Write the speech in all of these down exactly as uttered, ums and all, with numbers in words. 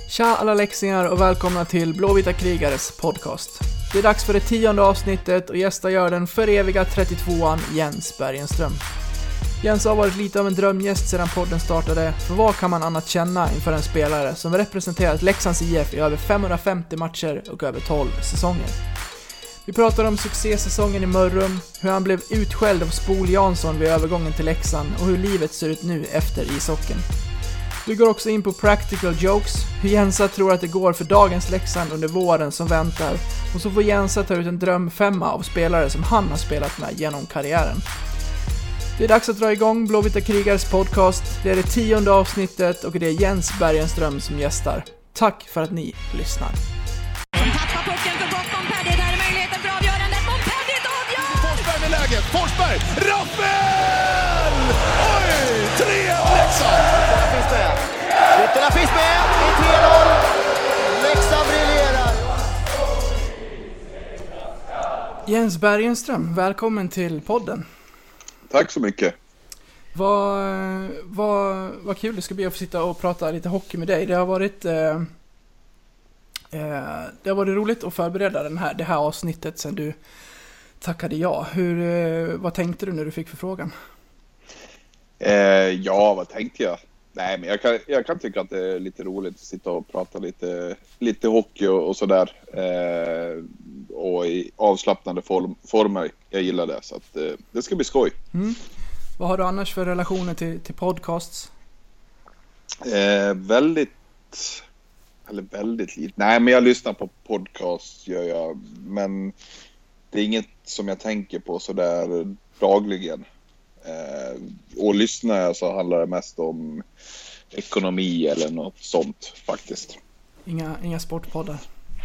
Tja alla leksingar och välkomna till Blåvita krigares podcast. Det är dags för det tionde avsnittet och gästar gör den för eviga trettiotvåan Jens Bergenström. Jens har varit lite av en drömgäst sedan podden startade, för vad kan man annat känna inför en spelare som representerat Leksands I F i över femhundrafemtio matcher och över tolv säsonger. Vi pratar om succésäsongen i Mörrum, hur han blev utskälld av Spol Jansson vid övergången till Leksand och hur livet ser ut nu efter ishockeyn. Vi går också in på practical jokes, hur Jensa tror att det går för dagens Leksand under våren som väntar, och så får Jensa ta ut en drömfemma av spelare som han har spelat med genom karriären. Det är dags att dra igång Blåvita krigares podcast. Det är det tionde avsnittet och det är Jens Bergenström som gästar. Tack för att ni lyssnar. Som tappar pucken för gott Montpellier. Där är möjligheten för avgörandet. Montpellier avgör! Forsberg med läget. Forsberg! Rappel! Oj! tre ett Leksand! Ytterna finns med. Ytterna finns med. I tre noll. Leksand briljerar. Jens Bergenström, välkommen till podden. Tack så mycket. Vad, vad, vad kul det ska bli att få sitta och prata lite hockey med dig. Det har varit, eh, eh, det har varit roligt att förbereda den här, det här avsnittet sen du tackade ja. Hur, eh, vad tänkte du när du fick förfrågan? Eh, ja, vad tänkte jag? Nej, men jag kan, jag kan tycka att det är lite roligt att sitta och prata lite, lite hockey och, och sådär. Eh, och i avslappnande form, former. Jag gillar det, så att, eh, det ska bli skoj. Mm. Vad har du annars för relationer till, till podcasts? Eh, väldigt, eller väldigt lite. Nej, men jag lyssnar på podcasts, gör jag. Men det är inget som jag tänker på sådär dagligen. Eh, och lyssnar jag så handlar det mest om ekonomi eller något sånt faktiskt. Inga, inga sportpoddar?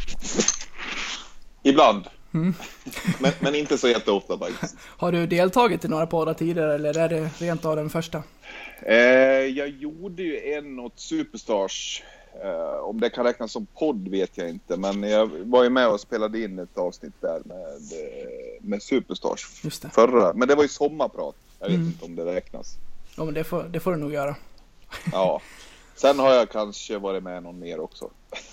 Ibland. Mm. men, men inte så jätteofta faktiskt. Har du deltagit i några poddar tidigare eller är det rent av den första? Eh, jag gjorde ju en åt Superstars. Eh, om det kan räknas som podd vet jag inte. Men jag var ju med och spelade in ett avsnitt där med, med Superstars. Just det. Förra. Men det var ju sommarprat. Jag vet Mm. inte om det räknas. Ja, men det får, det får du nog göra. Ja. Sen har jag kanske varit med någon mer också.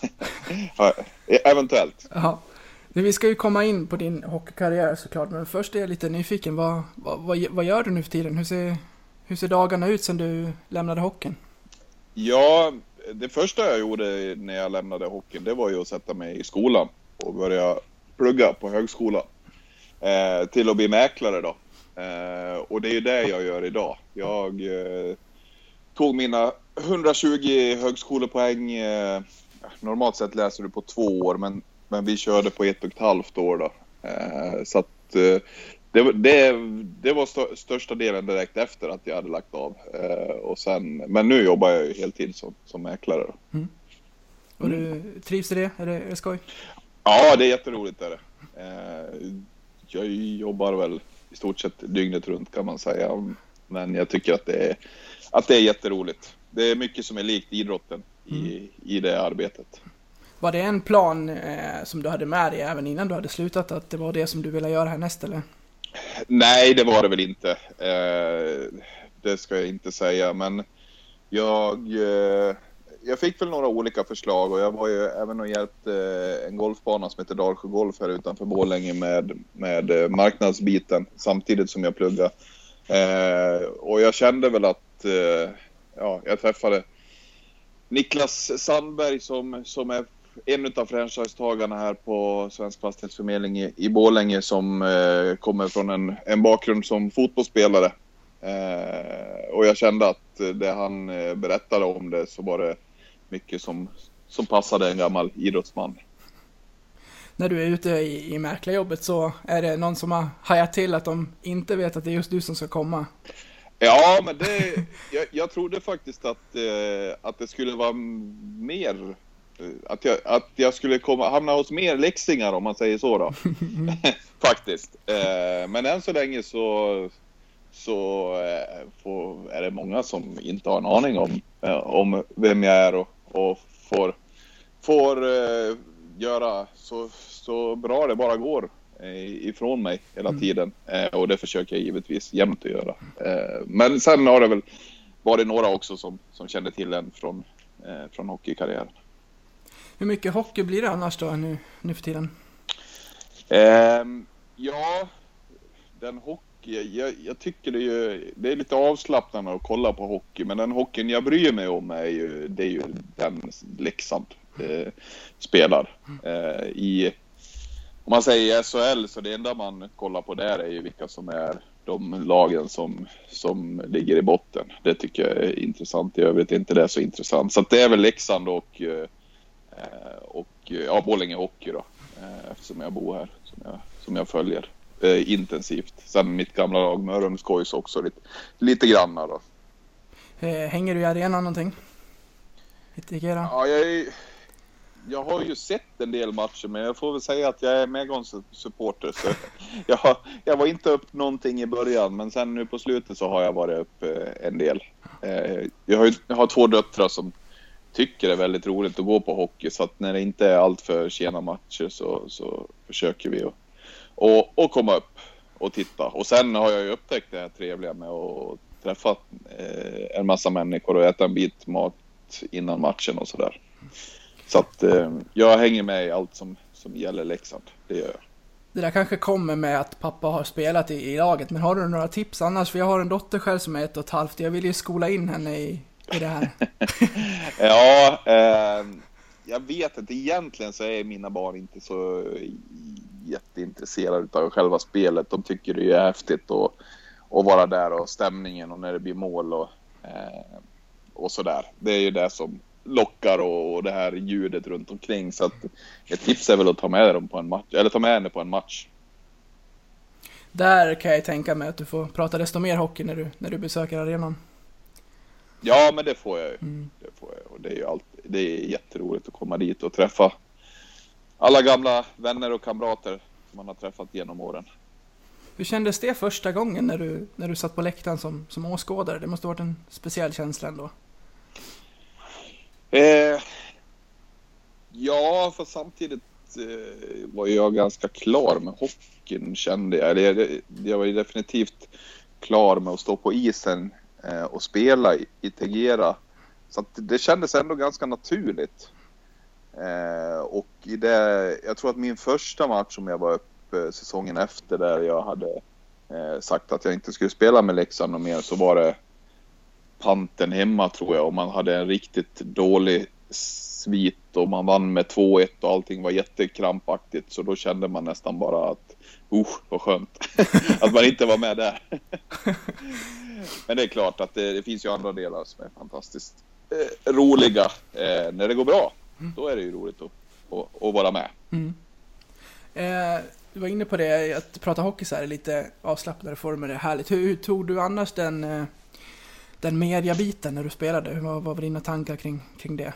Eventuellt. Ja. Vi ska ju komma in på din hockeykarriär såklart, men först är jag lite nyfiken. Vad, vad, vad, vad gör du nu för tiden? Hur ser, hur ser dagarna ut sedan du lämnade hockeyn? Ja, det första jag gjorde när jag lämnade hockeyn, det var ju att sätta mig i skolan och börja plugga på högskola. Eh, till att bli mäklare då. Eh, och det är ju det jag gör idag. Jag eh, tog mina hundratjugo högskolepoäng. Eh, normalt sett läser du på två år, men, men vi körde på ett och ett halvt år då. Eh, så att eh, det, det, det var stö, största delen direkt efter att jag hade lagt av. Eh, och sen, men nu jobbar jag ju heltid som, som mäklare då. Mm. Och du trivs i det? Är det, är det skoj? Ja, det är jätteroligt är det. Eh, jag jobbar väl i stort sett dygnet runt kan man säga. Men jag tycker att det är, att det är jätteroligt. Det är mycket som är likt idrotten i, mm. i det arbetet. Var det en plan eh, som du hade med dig även innan du hade slutat, att det var det som du ville göra härnäst eller? Nej, det var det väl inte. Eh, det ska jag inte säga. Men jag, eh, jag fick väl några olika förslag och jag var ju även och hjälpte en golfbana som heter Dalsjö Golf här utanför Borlänge med, med marknadsbiten samtidigt som jag pluggade. Eh, och jag kände väl att eh, ja, jag träffade Niklas Sandberg som, som är en av franchisetagarna här på Svensk Fastighetsförmedling i, i Borlänge som eh, kommer från en, en bakgrund som fotbollsspelare. Eh, och jag kände att det han eh, berättade om det så var det mycket som, som passade en gammal idrottsman. När du är ute i, i mäklarjobbet så är det någon som har hajat till att de inte vet att det är just du som ska komma. Ja, men det, jag, jag trodde faktiskt att, eh, att det skulle vara mer, att jag, att jag skulle komma, hamna hos mer leksingar om man säger så då. Faktiskt. Eh, men än så länge så, så eh, får, är det många som inte har en aning om, eh, om vem jag är och, och får, får eh, göra så, så bra det bara går ifrån mig hela tiden. Mm. Eh, och det försöker jag givetvis jämt att göra. Eh, men sen har det väl varit några också som, som kände till en från, eh, från hockeykarriären. Hur mycket hockey blir det annars då nu, nu för tiden? Um, ja, den hockey, jag, jag tycker det är, ju, det är lite avslappnande att kolla på hockey, men den hockeyn jag bryr mig om är ju, det är ju den Leksand eh, spelar. Eh, i, om man säger S H L, så det enda man kollar på där är ju vilka som är de lagen som, som ligger i botten. Det tycker jag är intressant. I övrigt är inte det så intressant. Så att det är väl Leksand och, och ja, Borlänge Hockey då. Eftersom jag bor här, som jag, som jag följer eh, intensivt. Sen mitt gamla lag Mörrums Skojs också lite, lite granna då. Hänger du i arenan någonting? Ja, jag, är, jag har ju sett en del matcher, men jag får väl säga att jag är medgångssupporter. Så jag, jag var inte upp någonting i början, men sen nu på slutet så har jag varit upp eh, en del. Eh, jag, har ju, jag har två döttrar som tycker det är väldigt roligt att gå på hockey, så att när det inte är allt för sena matcher så, så försöker vi att och, och komma upp och titta. Och sen har jag ju upptäckt det här trevliga med att träffa eh, en massa människor och äta en bit mat innan matchen och sådär. Så att eh, jag hänger med i allt som, som gäller Leksand, det gör jag. Det där kanske kommer med att pappa har spelat i, i laget, men har du några tips annars? För jag har en dotter själv som är ett och ett halvt, jag vill ju skola in henne i i det här. Ja, eh, jag vet inte. Egentligen så är mina barn inte så jätteintresserade av själva spelet. De tycker det är häftigt att, att vara där och stämningen och när det blir mål och, eh, och sådär. Det är ju det som lockar och, och det här ljudet runt omkring. Så att ett tips är väl att ta med dem på en match, eller ta med henne på en match. Där kan jag tänka mig att du får prata desto mer hockey när du, när du besöker arenan. Ja, men det får jag ju. Mm. Det får jag. Och det är ju allt, det är jätteroligt att komma dit och träffa alla gamla vänner och kamrater som man har träffat genom åren. Hur kändes det första gången när du, när du satt på läktaren som, som åskådare? Det måste ha varit en speciell känsla ändå. Eh, ja, för samtidigt eh, var jag ganska klar med hockeyn, kände jag. Eller, jag var ju definitivt klar med att stå på isen och spela i, i Tegera. Så att det kändes ändå ganska naturligt. Eh, och i det, jag tror att min första match som jag var uppe säsongen efter, där jag hade eh, sagt att jag inte skulle spela med Leksand och mer, så var det panten hemma tror jag. Och man hade en riktigt dålig svit och man vann med två ett och allting var jättekrampaktigt. Så då kände man nästan bara att uh, vad skönt att man inte var med där. Men det är klart att det, det finns ju andra delar som är fantastiskt eh, roliga eh, när det går bra. Mm. Då är det ju roligt att, att, att vara med. Mm. Eh, du var inne på det, att prata hockey så här lite avslappnade former, det är härligt. Hur, hur tog du annars den, eh, den mediabiten när du spelade? Vad, vad var dina tankar kring, kring det?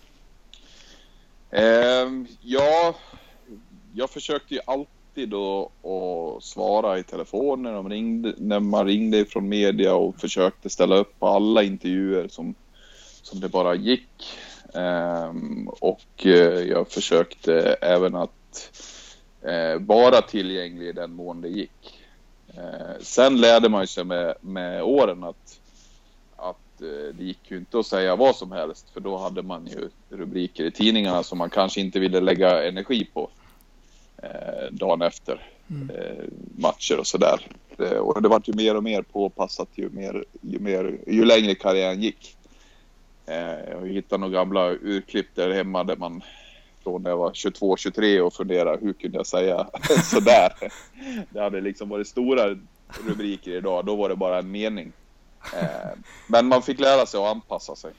Eh, ja, jag försökte ju alltid då att svara i telefonen om ringde, när man ringde från media, och försökte ställa upp på alla intervjuer som, som det bara gick. Um, och uh, jag försökte även att uh, vara tillgänglig i den mån det gick. Uh, sen lärde man sig med, med åren att, att uh, det gick ju inte att säga vad som helst, för då hade man ju rubriker i tidningarna som man kanske inte ville lägga energi på uh, dagen efter mm. uh, matcher och sådär. Uh, och det var ju mer och mer påpassat ju, mer, ju, mer, ju längre karriären gick. Jag hittade några gamla urklipp där hemma där man från när jag var tjugotvå tjugotre och funderade hur kunde jag säga sådär. Det hade liksom varit stora rubriker idag, då var det bara en mening. Men man fick lära sig att anpassa sig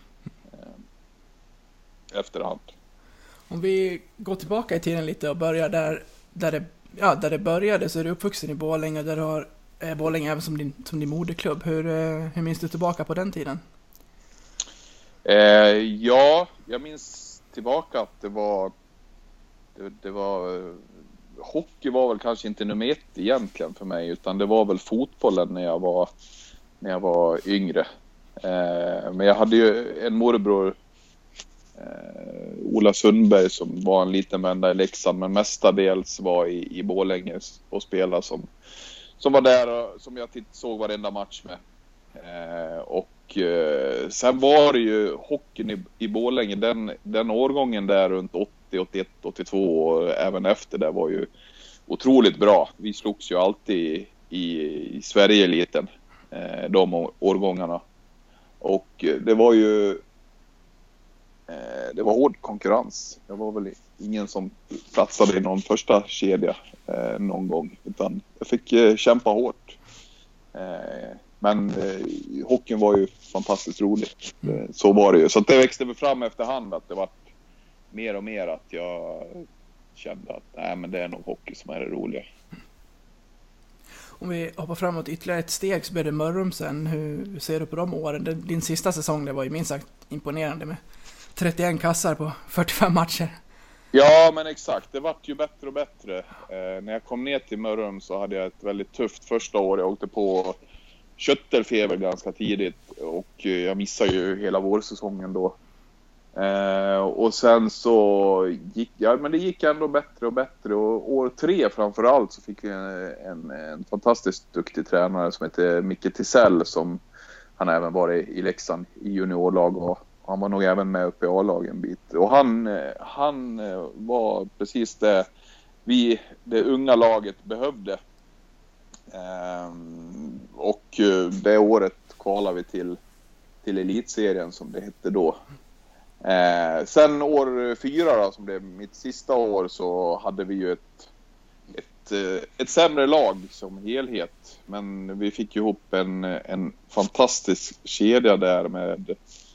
efterhand. Om vi går tillbaka i tiden lite och börjar där, där, det, ja, där det började, så är du uppvuxen i Borlänge, där du har eh, Borlänge även som din, som din moderklubb. Hur, eh, hur minns du tillbaka på den tiden? Eh, ja, jag minns tillbaka att det var det, det var hockey var väl kanske inte nummer ett egentligen för mig, utan det var väl fotbollen när jag var när jag var yngre. Eh, men jag hade ju en morbror, eh, Ola Sundberg, som var en liten vända i Leksand, men mestadels var i, i Borlänge och spelade, som, som var där och som jag titt, såg varenda match med. Eh, och Och eh, sen var det ju hockeyn i, i Borlänge, den, den årgången där runt åttio, åttioett, åttiotvå och även efter det var ju otroligt bra. Vi slogs ju alltid i, i Sverige-eliten, eh, de årgångarna. Och eh, det var ju eh, det var hård konkurrens. Det var väl ingen som platsade i någon första kedja eh, någon gång, utan jag fick eh, kämpa hårt. Eh, men eh, hockeyn var ju fantastiskt rolig. Eh, så var det ju. Så att det växte fram efterhand att det var mer och mer att jag kände att nej, men det är nog hockey som är det roliga. Om vi hoppar framåt ytterligare ett steg så blir det Mörrum sen. Hur ser du på de åren? Din sista säsong, det var ju minst sagt imponerande med trettioen kassar på fyrtiofem matcher. Ja, men exakt. Det vart ju bättre och bättre. Eh, när jag kom ner till Mörrum så hade jag ett väldigt tufft första år. Jag åkte på köttelfeber ganska tidigt och jag missade ju hela vårsäsongen då. Eh, och sen så gick ja, men det gick ändå bättre och bättre, och år tre framförallt så fick vi en, en, en fantastiskt duktig tränare som heter Micke Tisell, som han även varit i Leksand i juniorlag, och han var nog även med uppe i A-lag en bit, och han, han var precis det vi, det unga laget behövde. Eh, och det året kvalade vi till till elitserien som det hette då. Eh, sen år fyra då, som blev mitt sista år, så hade vi ju ett, ett, ett sämre lag som helhet. Men vi fick ju ihop en, en fantastisk kedja där med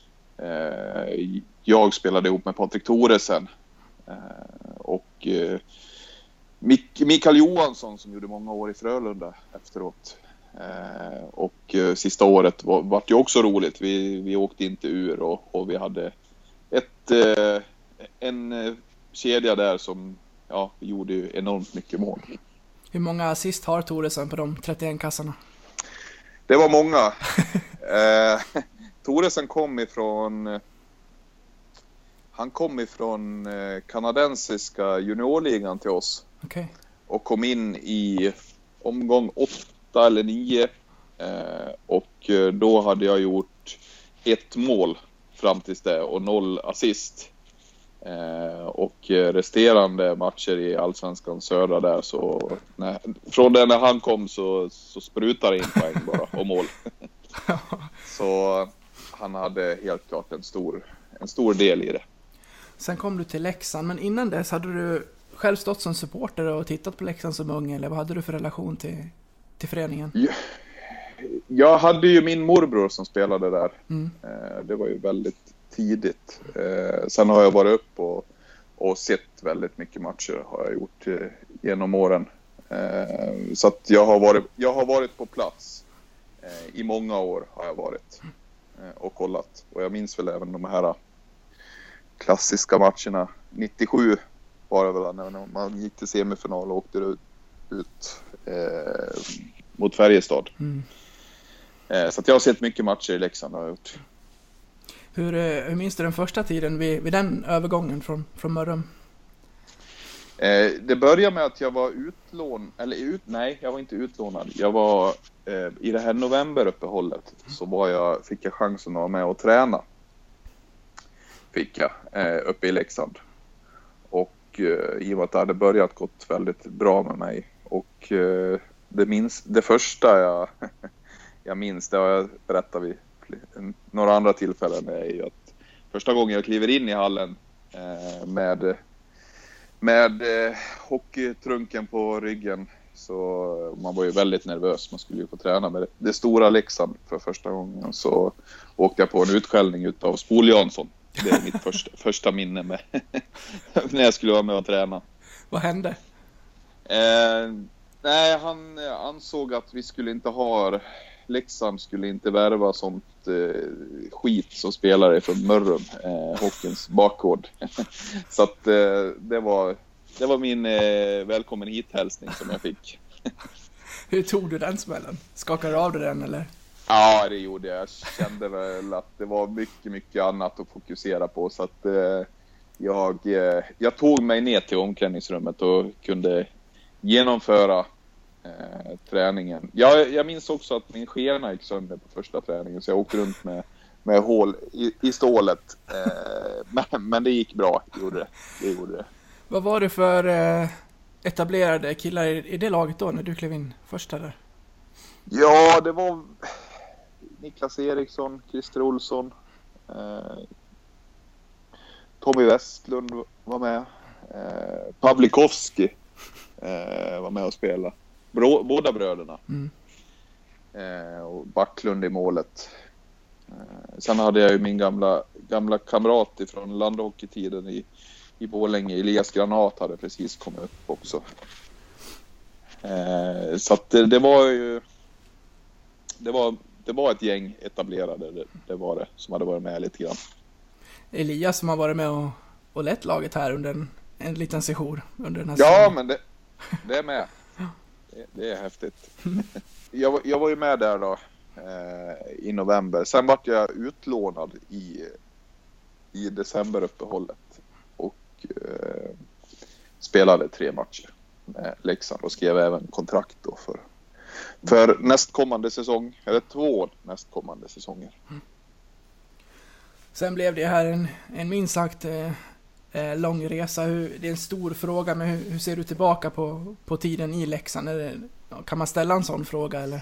eh, jag spelade ihop med Patrik Thoresen eh, och eh, Mik- Mikael Johansson som gjorde många år i Frölunda efteråt. Eh, och eh, sista året var, var ju också roligt. Vi, vi åkte inte ur och, och vi hade ett, eh, en eh, kedja där som ja, gjorde ju enormt mycket mål. Hur många assist har Thoresen på de trettioen kassarna? Det var många. eh, Thoresen kom ifrån han kom ifrån eh, kanadensiska juniorligan till oss. Okay. Och kom in i omgång åtta eller nio. Eh, och då hade jag gjort ett mål fram tills det och noll assist. Eh, och resterande matcher i Allsvenskan södra där, så när, från det när han kom så, så sprutade in poäng bara och mål. Så han hade helt klart en stor, en stor del i det. Sen kom du till Leksand, men innan dess hade du själv stått som supporter och tittat på Leksand som ung, eller vad hade du för relation till, till föreningen? Ja, jag hade ju min morbror som spelade där. Mm. Eh, det var ju väldigt tidigt. Eh, sen har jag varit upp och, och sett väldigt mycket matcher har jag gjort eh, genom åren. Eh, så att jag har varit, jag har varit på plats. Eh, I många år har jag varit eh, och kollat. Och jag minns väl även de här klassiska matcherna. nittiosju var det väl när man gick till semifinal och åkte ut, ut eh, mot Färjestad. Mm. Eh, så att jag har sett mycket matcher i Leksand har jag gjort. Hur, hur minns du den första tiden vid, vid den övergången från, från Mörrum? Eh, det började med att jag var utlån, eller ut, nej, jag var inte utlånad. Jag var eh, i det här novemberuppehållet så var jag, fick jag chansen att vara med och träna. Fick jag eh, uppe i Leksand. Och eh, i och med att det hade börjat gått väldigt bra med mig. Och eh, det, minns, det första jag, jag minns, det har jag berättat vid några andra tillfällen, är ju att första gången jag kliver in i hallen eh, med med eh, hockeytrunken på ryggen, så man var ju väldigt nervös. Man skulle ju få träna med det, det stora Leksand för första gången. Så åkte jag på en utskällning utav Spol Jansson. Det är mitt första, första minne med när jag skulle vara med och träna. Vad hände? Eh, nej, han ansåg att vi skulle inte ha Leksand skulle inte värva sånt eh, skit som spelare från Mörrum, eh, hockeyns bakgård. Så att eh, det var det var min eh, välkommen hit-hälsning som jag fick. Hur tog du den smällen? Skakade du av dig den eller? Ja, det gjorde jag. Jag kände väl att det var mycket, mycket annat att fokusera på. Så att eh, jag, eh, jag tog mig ner till omklädningsrummet och kunde genomföra eh, träningen. Jag, jag minns också att min skena gick sönder på första träningen, så jag åkte runt med, med hål i, i stålet. Eh, men, men det gick bra, gjorde det. det, gjorde det. Vad var det för eh, etablerade killar i, i det laget då när du klev in första där? Ja, det var Niklas Eriksson, Christer Olsson, eh, Tommy Westlund var med, eh, Pavlikovski eh, var med och spelade. Brå, båda bröderna. Mm. Eh, och Backlund i målet. Eh, sen hade jag ju min gamla, gamla kamrat ifrån landhockeytiden i, i Borlänge, Elias Granat, hade precis kommit upp också. Eh, så att det, det var ju det var, det var ett gäng etablerade, det, det var det, som hade varit med lite grann. Elias som har varit med och, och lett laget här under en, en liten sejour under den här Ja, säsongen. men det, det är med. Det, det är häftigt. Jag, jag var ju med där då eh, i november. Sen var jag utlånad i, i decemberuppehållet och eh, spelade tre matcher med Leksand och skrev även kontrakt då för, för nästkommande säsong, eller två nästkommande säsonger. Mm. Sen blev det här en, en minst sagt eh, lång resa. Hur, det är en stor fråga, men hur, hur ser du tillbaka på, på tiden i Leksand? Är det, kan man ställa en sån fråga eller?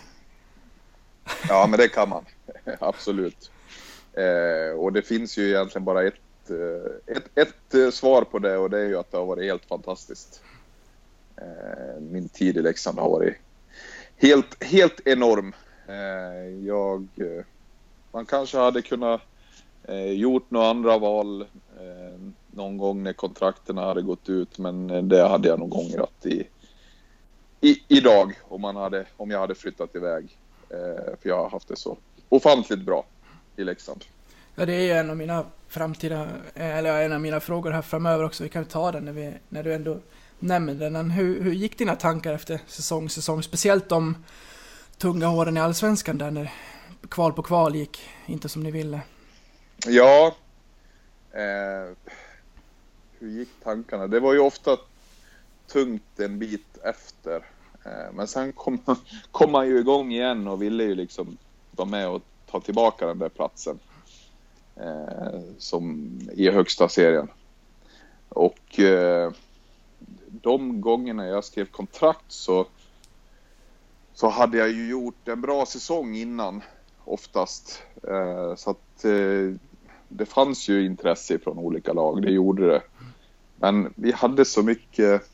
Ja, men det kan man. Absolut. Eh, och det finns ju egentligen bara ett, ett, ett svar på det, och det är ju att det har varit helt fantastiskt. Eh, min tid i Leksand har varit helt, helt enorm. Eh, jag, man kanske hade kunnat eh, gjort några andra val eh, någon gång när kontrakterna hade gått ut, men det hade jag nog ångrat i, i, idag om, man hade, om jag hade flyttat iväg. Eh, för jag har haft det så ofantligt bra i Leksand. Ja, det är ju en av mina framtida, eller en av mina frågor här framöver också. Vi kan ta den när, vi, när du ändå nämner den. Hur, hur gick dina tankar efter säsong, säsong? Speciellt de tunga åren i Allsvenskan där när kval på kval gick inte som ni ville. Ja, eh, hur gick tankarna? Det var ju ofta tungt en bit efter. Eh, men sen kom, kom man ju igång igen och ville ju liksom vara med och ta tillbaka den där platsen. Eh, som i högsta serien. Och eh, de gångerna jag skrev kontrakt så så hade jag ju gjort en bra säsong innan oftast. Eh, så att eh, det fanns ju intresse från olika lag, det gjorde det. Men vi hade så mycket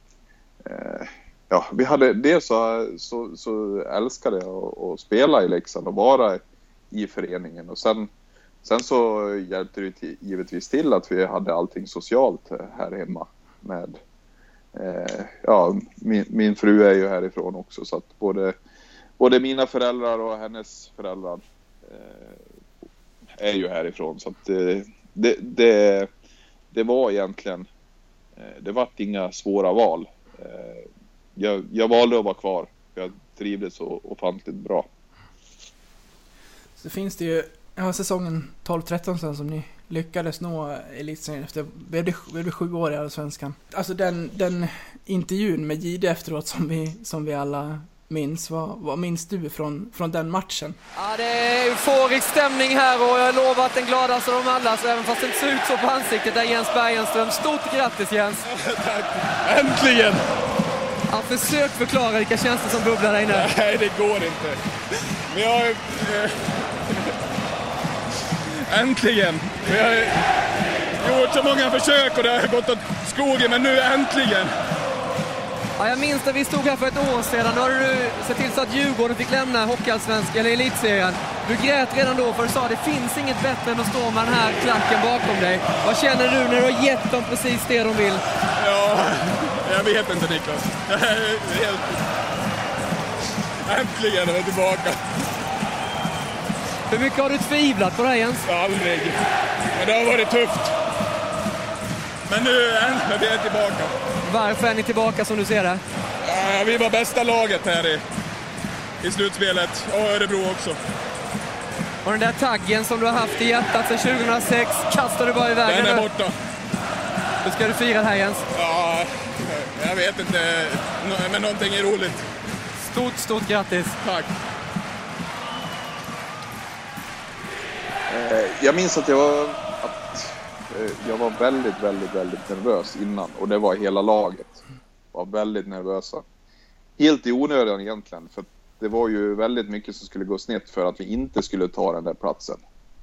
eh, ja, vi hade det så, så, så älskade jag att, att spela i Leksand och vara i föreningen. Och sen Sen så hjälpte det till, givetvis till att vi hade allting socialt här hemma med, eh, ja, min, min fru är ju härifrån också, så att både, både mina föräldrar och hennes föräldrar eh, är ju härifrån, så att eh, det, det, det var egentligen, eh, det var inga svåra val. Eh, jag, jag valde att vara kvar, jag trivdes så ofantligt bra. Så finns det ju, ja, säsongen tolv tretton sen som ni lyckades nå elitserien efter, blev det, blev det sju år i Allsvenskan. Alltså den, den intervjun med Gide efteråt som vi, som vi alla minns, vad, vad minns du från, från den matchen? Ja, det är euforisk stämning här och jag lovar att den gladaste av dem alla, så även fast det inte ser ut så på ansiktet där Jens Bergenström. Stort grattis Jens! Tack! Äntligen! Ja, försök förklara vilka känslor som bubblar där inne. Nej, det går inte. Men jag... Eh... Äntligen! Vi har gjort så många försök och det har gått åt skogen, men nu äntligen! Ja, jag minns när vi stod här för ett år sedan. Då hade du sett till så att Djurgården fick lämna Hockeyallsvenskan eller elitserien. Du grät redan då för du sa att det finns inget bättre än att stå med den här klacken bakom dig. Vad känner du när du har gett dem precis det de vill? Ja, jag vet inte Niklas. Jag är helt... Äntligen är vi tillbaka. Hur mycket har du tvivlat på det här Jens? Aldrig. Men det har varit tufft. Men nu är vi tillbaka. Varför är ni tillbaka som du ser det? Ja, vi var bästa laget här i, i slutspelet. Och Örebro också. Och den där taggen som du har haft i hjärtat sedan tjugohundrasex kastar du bara iväg. Den är borta. Hur ska du fira det här Jens? Ja, jag vet inte. Men någonting är roligt. Stort, stort grattis. Tack. Eh, jag minns att jag var, att, eh, jag var väldigt, väldigt, väldigt nervös innan. Och det var hela laget. Var väldigt nervösa. Helt i onödan egentligen. För det var ju väldigt mycket som skulle gå snett för att vi inte skulle ta den där platsen.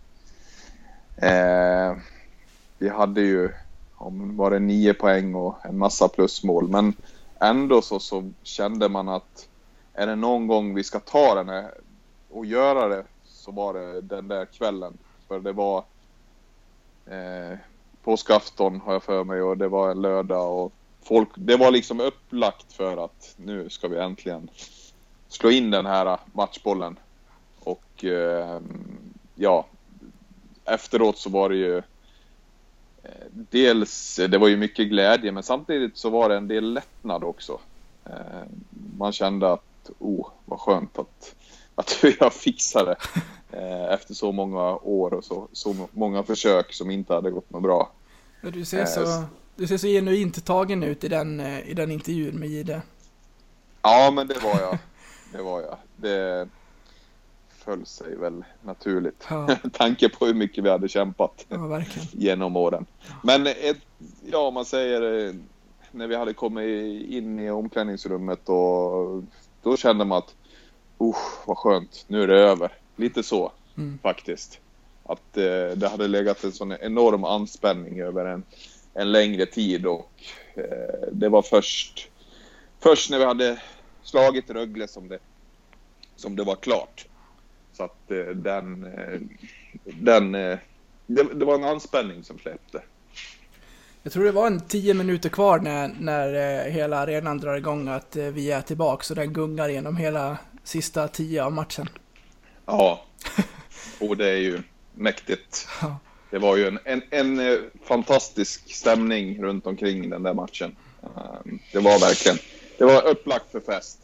Eh, vi hade ju om var det nio poäng och en massa plusmål. Men ändå så, så kände man att är det någon gång vi ska ta den här och göra det, så var det den där kvällen. För det var eh, påskafton har jag för mig, och det var en lördag och folk, det var liksom upplagt för att nu ska vi äntligen slå in den här matchbollen. Och eh, ja, efteråt så var det ju eh, dels, det var ju mycket glädje, men samtidigt så var det en del lättnad också. Eh, man kände att, oh, vad skönt att, att jag fixade eh, efter så många år och så, så många försök som inte hade gått något bra. Du ser så, du ser så genuint tagen ut i den, i den intervjun med Gide. Ja, men det var jag. Det var jag. Det föll sig väl naturligt. Ja. Tanke på hur mycket vi hade kämpat Ja, verkligen. genom åren. Men ett, ja, man säger när vi hade kommit in i omklädningsrummet, och då kände man att oh, vad skönt, nu är det över. Lite så mm. faktiskt. Att eh, det hade legat en sån enorm anspänning över en, en längre tid, och eh, det var först först när vi hade slagit Rögle som det som det var klart. Så att eh, den eh, den eh, det, det var en anspänning som släppte. Jag tror det var en tio minuter kvar när, när eh, hela arenan drar igång att eh, vi är tillbaka, så den gungar genom hela sista tio av matchen. Ja, och det är ju mäktigt. Ja. Det var ju en, en, en eh, fantastisk stämning runt omkring den där matchen. Uh, det var verkligen, det var upplagt för fest.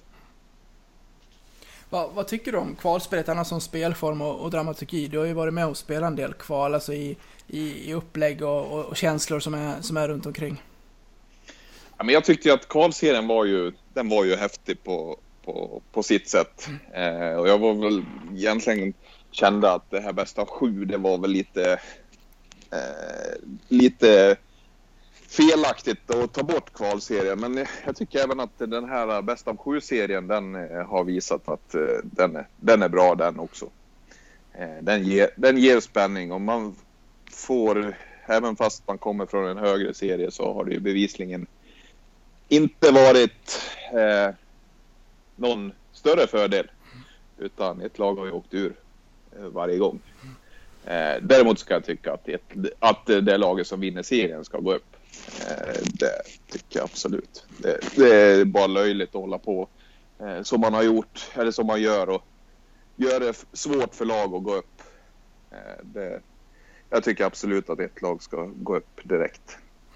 Va, vad tycker du om kvalspelet, annars som spelform och, och dramaturgi? Du har ju varit med och spelat en del kval, alltså i, i, i upplägg och, och, och känslor som är, som är runt omkring. Ja, men jag tyckte att kvalserien var ju, den var ju häftig på, på, på sitt sätt. Mm. Eh, och jag var väl egentligen kände att det här bästa av sju, det var väl lite eh, lite felaktigt att ta bort kvalserien. Men jag tycker även att den här bästa av sju-serien, den har visat att eh, den, är, den är bra den också. Eh, den, ger, den ger spänning, och man får, även fast man kommer från en högre serie, så har det ju bevisligen inte varit eh, någon större fördel, utan ett lag har ju åkt ur eh, varje gång. Eh, däremot ska jag tycka att, ett, att det laget som vinner serien ska gå upp. Eh, det tycker jag absolut. Det, det är bara löjligt att hålla på eh, som man har gjort, eller som man gör, och gör det svårt för lag att gå upp. Eh, det, jag tycker absolut att ett lag ska gå upp direkt.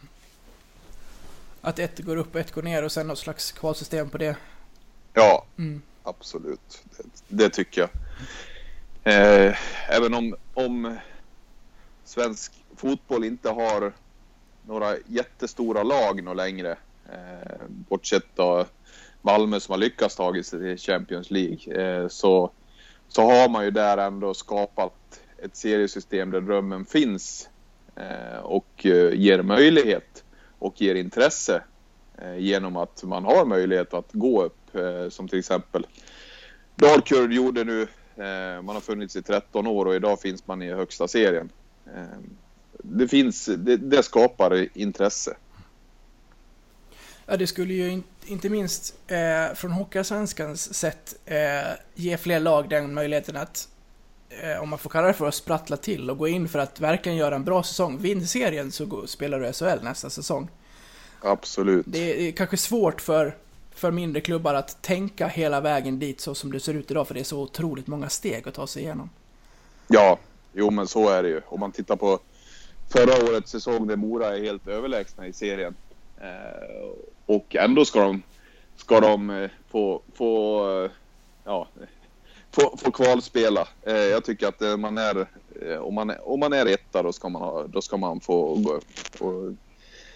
Att ett går upp och ett går ner, och sen något slags kvalsystem på det. Ja, mm. absolut. Det, det tycker jag. Eh, även om, om svensk fotboll inte har några jättestora lag nå längre, eh, bortsett av Malmö som har lyckats ta sig till Champions League, eh, så, så har man ju där ändå skapat ett seriesystem där drömmen finns, eh, och eh, ger möjlighet och ger intresse eh, genom att man har möjlighet att gå upp, eh, som till exempel Dalkurd gjorde nu. Eh, man har funnits i tretton år, och idag finns man i högsta serien. Eh, det finns, det, det skapar intresse. Ja, det skulle ju in, inte minst eh, från Hockeyallsvenskans sätt eh, ge fler lag den möjligheten att, eh, om man får kalla det för, att sprattla till och gå in för att verkligen göra en bra säsong. Vinn serien, så går, spelar du S H L nästa säsong. Absolut. Det är, det är kanske svårt för, för mindre klubbar att tänka hela vägen dit så som det ser ut idag, för det är så otroligt många steg att ta sig igenom. Ja, jo men så är det ju. Om man tittar på förra årets säsong där Mora är helt överlägsna i serien, eh, och ändå ska de ska de få få ja få, få kvalspela. Eh, jag tycker att eh, man är eh, om man är, om man är etta, då ska man ha, då ska man få gå upp. Och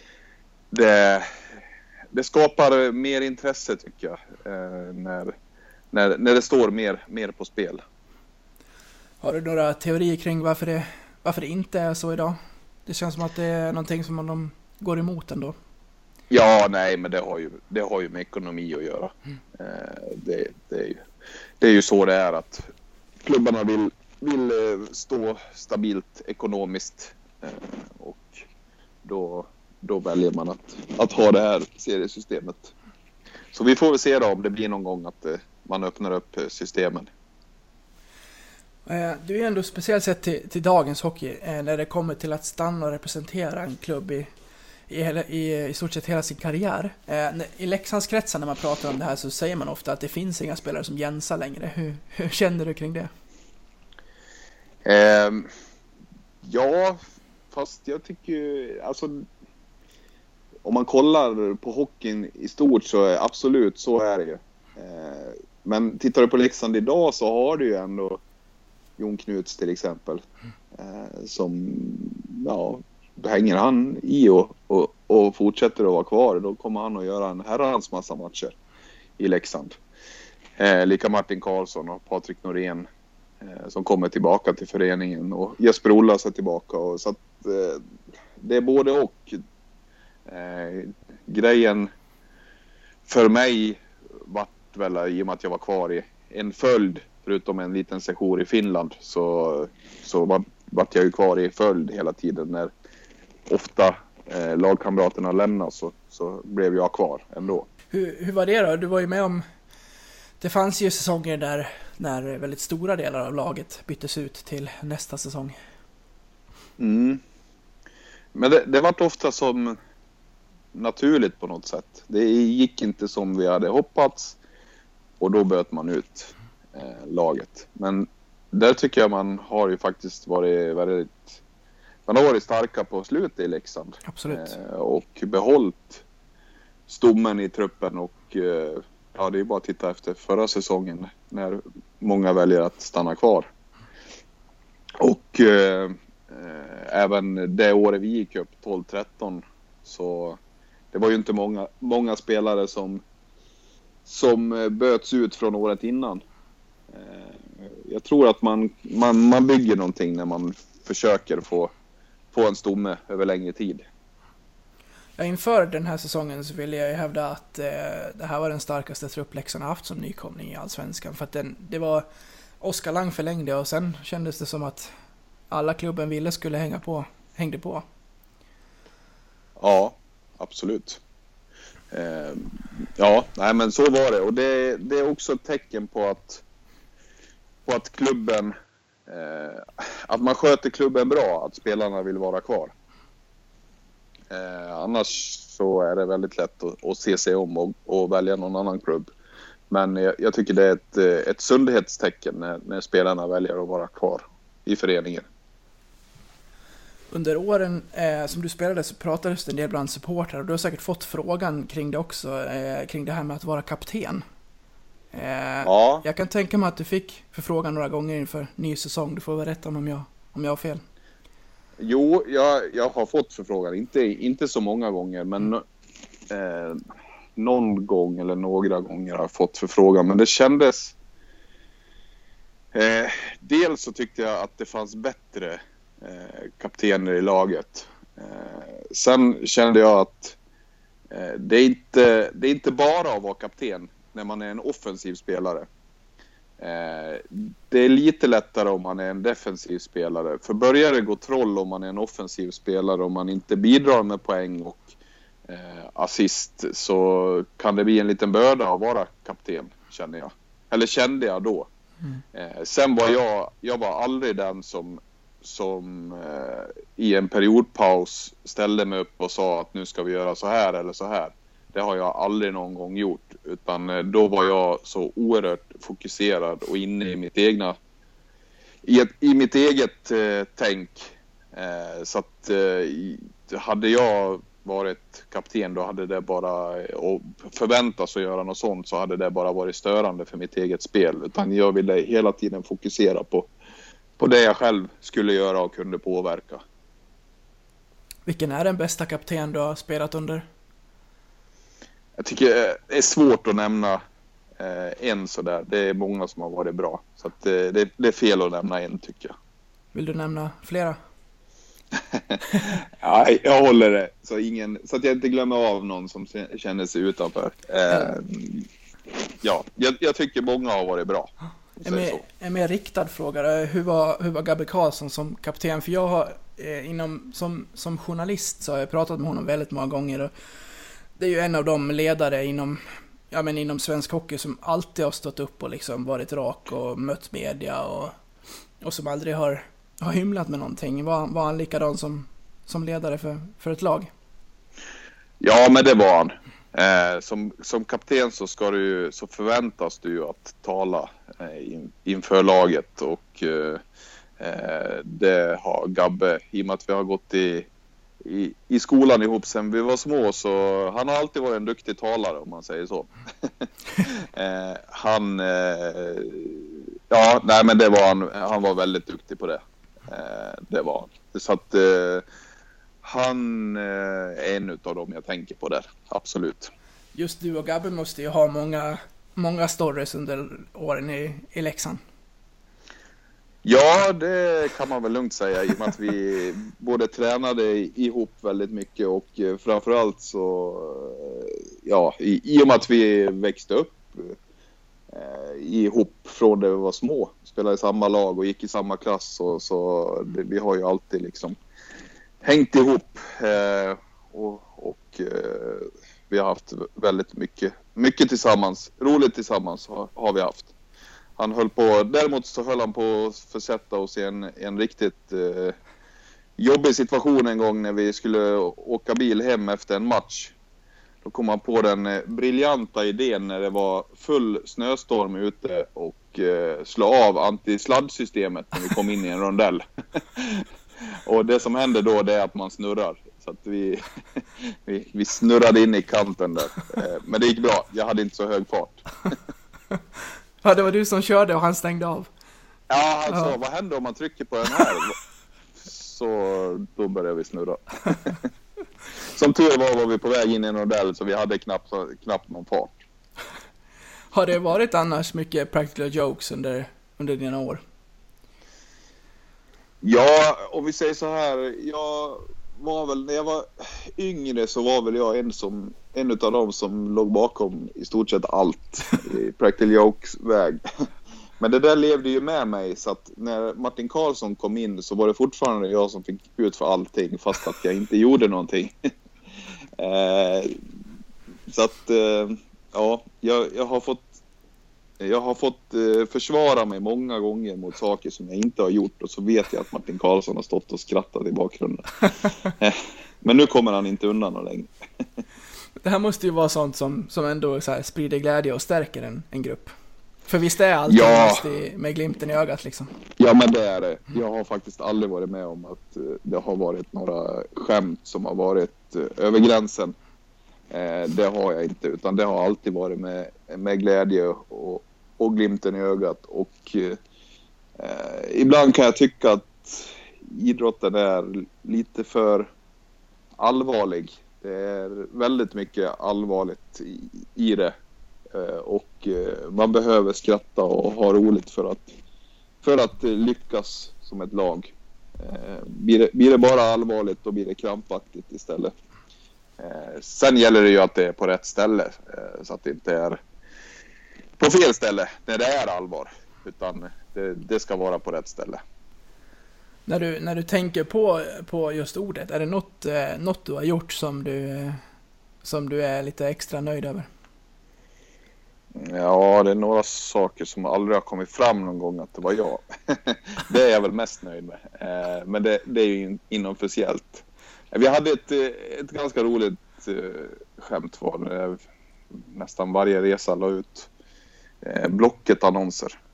det det skapar mer intresse, tycker jag, eh, när när, när det står mer, mer på spel. Har du några teorier kring varför det, varför det inte är så idag? Det känns som att det är någonting som de går emot ändå. Ja, nej, men det har ju, det har ju med ekonomi att göra. Mm. Eh, det, det, är ju, det är ju så det är, att klubbarna vill, vill stå stabilt ekonomiskt. Eh, och då, då väljer man att, att ha det här seriesystemet. Så vi får väl se då om det blir någon gång att eh, man öppnar upp systemen. Du är ändå speciellt sett till, till dagens hockey när det kommer till att stanna och representera en klubb i, i, hela, i, i stort sett hela sin karriär. I Leksandskretsen när man pratar om det här så säger man ofta att det finns inga spelare som Jensa längre. Hur, hur känner du kring det? Eh, ja, fast jag tycker ju, alltså om man kollar på hockeyn i stort så är absolut så är det ju. Eh, men tittar du på Leksand idag så har du ju ändå Jon Knuts till exempel, eh, som, ja, hänger han i och, och, och fortsätter att vara kvar, då kommer han att göra en herrans massa matcher i Leksand. Eh, lika Martin Karlsson och Patrik Norén eh, som kommer tillbaka till föreningen, och Jesper Ollas är tillbaka, och så att eh, det är både och. Eh, grejen för mig vart väl, i och med att jag var kvar i en följd, förutom en liten session i Finland, så, så var, vart jag ju kvar i följd hela tiden. När ofta eh, lagkamraterna lämnade så, så blev jag kvar ändå. Hur, hur var det då? Du var ju med om, det fanns ju säsonger där när väldigt stora delar av laget byttes ut till nästa säsong. Mm. Men det, det var ofta som naturligt på något sätt. Det gick inte som vi hade hoppats, och då böt man ut eh, laget. Men där tycker jag man har ju faktiskt varit väldigt, man har varit starka på slutet i Leksand. Absolut. Eh, och behållit stommen i truppen, och eh, ja, det är bara att titta efter förra säsongen när många väljer att stanna kvar. Och eh, eh, även det året vi gick upp tolv tretton, så det var ju inte många, många spelare som som böts ut från året innan. Jag tror att man, man, man bygger någonting när man försöker få, få en stomme över längre tid. Ja, inför den här säsongen så vill jag hävda att eh, det här var den starkaste trupp Leksand har haft som nykomling i Allsvenskan. För att den, det var Oskar Lang förlängde, och sen kändes det som att alla klubben ville skulle hänga på, hängde på. Ja, absolut. Eh, ja, nej, men så var det, och det, det är också ett tecken på att på att klubben eh, att man sköter klubben bra, att spelarna vill vara kvar. Eh, annars så är det väldigt lätt att, att se sig om och, och välja någon annan klubb. Men jag, jag tycker det är ett, ett sundhetstecken när, när spelarna väljer att vara kvar i föreningen. Under åren eh, som du spelade så pratades det en del bland supportrar, och du har säkert fått frågan kring det också, eh, kring det här med att vara kapten. Eh, ja. Jag kan tänka mig att du fick förfrågan några gånger inför ny säsong. Du får väl rätta om jag, om jag har fel. Jo, jag, jag har fått förfrågan. Inte, inte så många gånger, men eh, någon gång eller några gånger har jag fått förfrågan. Men det kändes... Eh, dels så tyckte jag att det fanns bättre eh, kaptener i laget. Eh, sen kände jag att eh, det, är inte, det är inte bara att vara kapten när man är en offensiv spelare. Eh, det är lite lättare om man är en defensiv spelare. För börjar det gå troll om man är en offensiv spelare, om man inte bidrar med poäng och eh, assist, så kan det bli en liten börda att vara kapten, känner jag. Eller kände jag då. Mm. Eh, sen var jag, jag var aldrig den som, som eh, i en periodpaus ställde mig upp och sa att nu ska vi göra så här eller så här. Det har jag aldrig någon gång gjort, utan då var jag så oerhört fokuserad och inne i mitt egna i, ett, i mitt eget eh, tänk. Eh, så att eh, hade jag varit kapten, då hade det bara, och förväntas att göra något sånt, så hade det bara varit störande för mitt eget spel. Utan jag ville hela tiden fokusera på, på det jag själv skulle göra och kunde påverka. Vilken är den bästa kapten du har spelat under? Jag tycker det är svårt att nämna eh, en sådär. Det är många som har varit bra. Så att, eh, det, det är fel att nämna en, tycker jag. Vill du nämna flera? Ja, jag håller det. Så, ingen, så att jag inte glömmer av någon som känner sig utanför. Eh, ja, jag, jag tycker många har varit bra. En mer, en mer riktad fråga. Hur var, hur var Gabbe Karlsson som kapten? För jag har eh, inom, som, som journalist så har jag pratat med honom väldigt många gånger. Och det är ju en av de ledare inom, ja, men inom svensk hockey som alltid har stått upp och liksom varit rak och mött media och, och som aldrig har, har hymlat med någonting. Var, var han likadan som, som ledare för, för ett lag? Ja, men det var han. Eh, som, som kapten så, ska du, så förväntas du ju att tala eh, in, inför laget och eh, det har Gabbe, i och med att vi har gått i, i, i skolan ihop sen vi var små, så han har alltid varit en duktig talare, om man säger så. eh, han eh, ja, nej men det var han, han var väldigt duktig på det. Eh, det var han. Så att eh, han är en av dem jag tänker på där, absolut. Just du och Gabbe måste ju ha många, många stories under åren i, i Leksand. Ja, det kan man väl lugnt säga, i och med att vi både tränade ihop väldigt mycket och framförallt så, ja, i, i och med att vi växte upp eh, ihop från det vi var små, spelade i samma lag och gick i samma klass, och, så det, vi har ju alltid liksom hängt ihop eh, och, och eh, vi har haft väldigt mycket, mycket tillsammans, roligt tillsammans har, har vi haft. Han höll på, däremot så höll han på att försätta oss i en, en riktigt eh, jobbig situation en gång när vi skulle åka bil hem efter en match. Då kom han på den eh, briljanta idén när det var full snöstorm ute och eh, slå av antisladdsystemet när vi kom in i en rondell. Och det som händer då, det är att man snurrar. Så att vi, vi, vi snurrade in i kanten där. Eh, men det gick bra, jag hade inte så hög fart. Ja, det var du som körde och han stängde av. Ja, alltså, ja. Vad händer om man trycker på den här? Så då började vi snurra. Som tur var var vi på väg in i en rondell, så vi hade knappt, knappt någon fart. Har det varit annars mycket practical jokes under, under dina år? Ja, om vi säger så här, jag var väl, när jag var yngre så var väl jag en som en av dem som låg bakom i stort sett allt i practical jokes väg. Men det där levde ju med mig, så att när Martin Karlsson kom in så var det fortfarande jag som fick ut för allting, fast att jag inte gjorde någonting. eh, så att eh, ja, jag, jag har fått Jag har fått eh, försvara mig många gånger mot saker som jag inte har gjort, och så vet jag att Martin Karlsson har stått och skrattat i bakgrunden. Men nu kommer han inte undan någon längre. Det här måste ju vara sånt som, som ändå så här sprider glädje och stärker en, en grupp. För visst är allt ja. i, med glimten i ögat liksom. Ja, men det är det. Jag har faktiskt aldrig varit med om att uh, det har varit några skämt som har varit uh, över gränsen. Uh, det har jag inte, utan det har alltid varit med, med glädje och, och glimten i ögat. Och uh, uh, ibland kan jag tycka att idrotten är lite för allvarlig. Det är väldigt mycket allvarligt i, i det. Och man behöver skratta och ha roligt för att, för att lyckas som ett lag. Blir det, blir det bara allvarligt, då blir det krampaktigt istället. Sen gäller det ju att det är på rätt ställe, så att det inte är på fel ställe när det är allvar, utan det, det ska vara på rätt ställe. När du, när du tänker på, på just ordet, är det något, något du har gjort som du, som du är lite extra nöjd över? Ja, det är några saker som aldrig har kommit fram någon gång att det var jag. Det är jag väl mest nöjd med. Men det, det är ju inofficiellt. Vi hade ett, ett ganska roligt skämt var när nästan varje resa la ut Blocket-annonser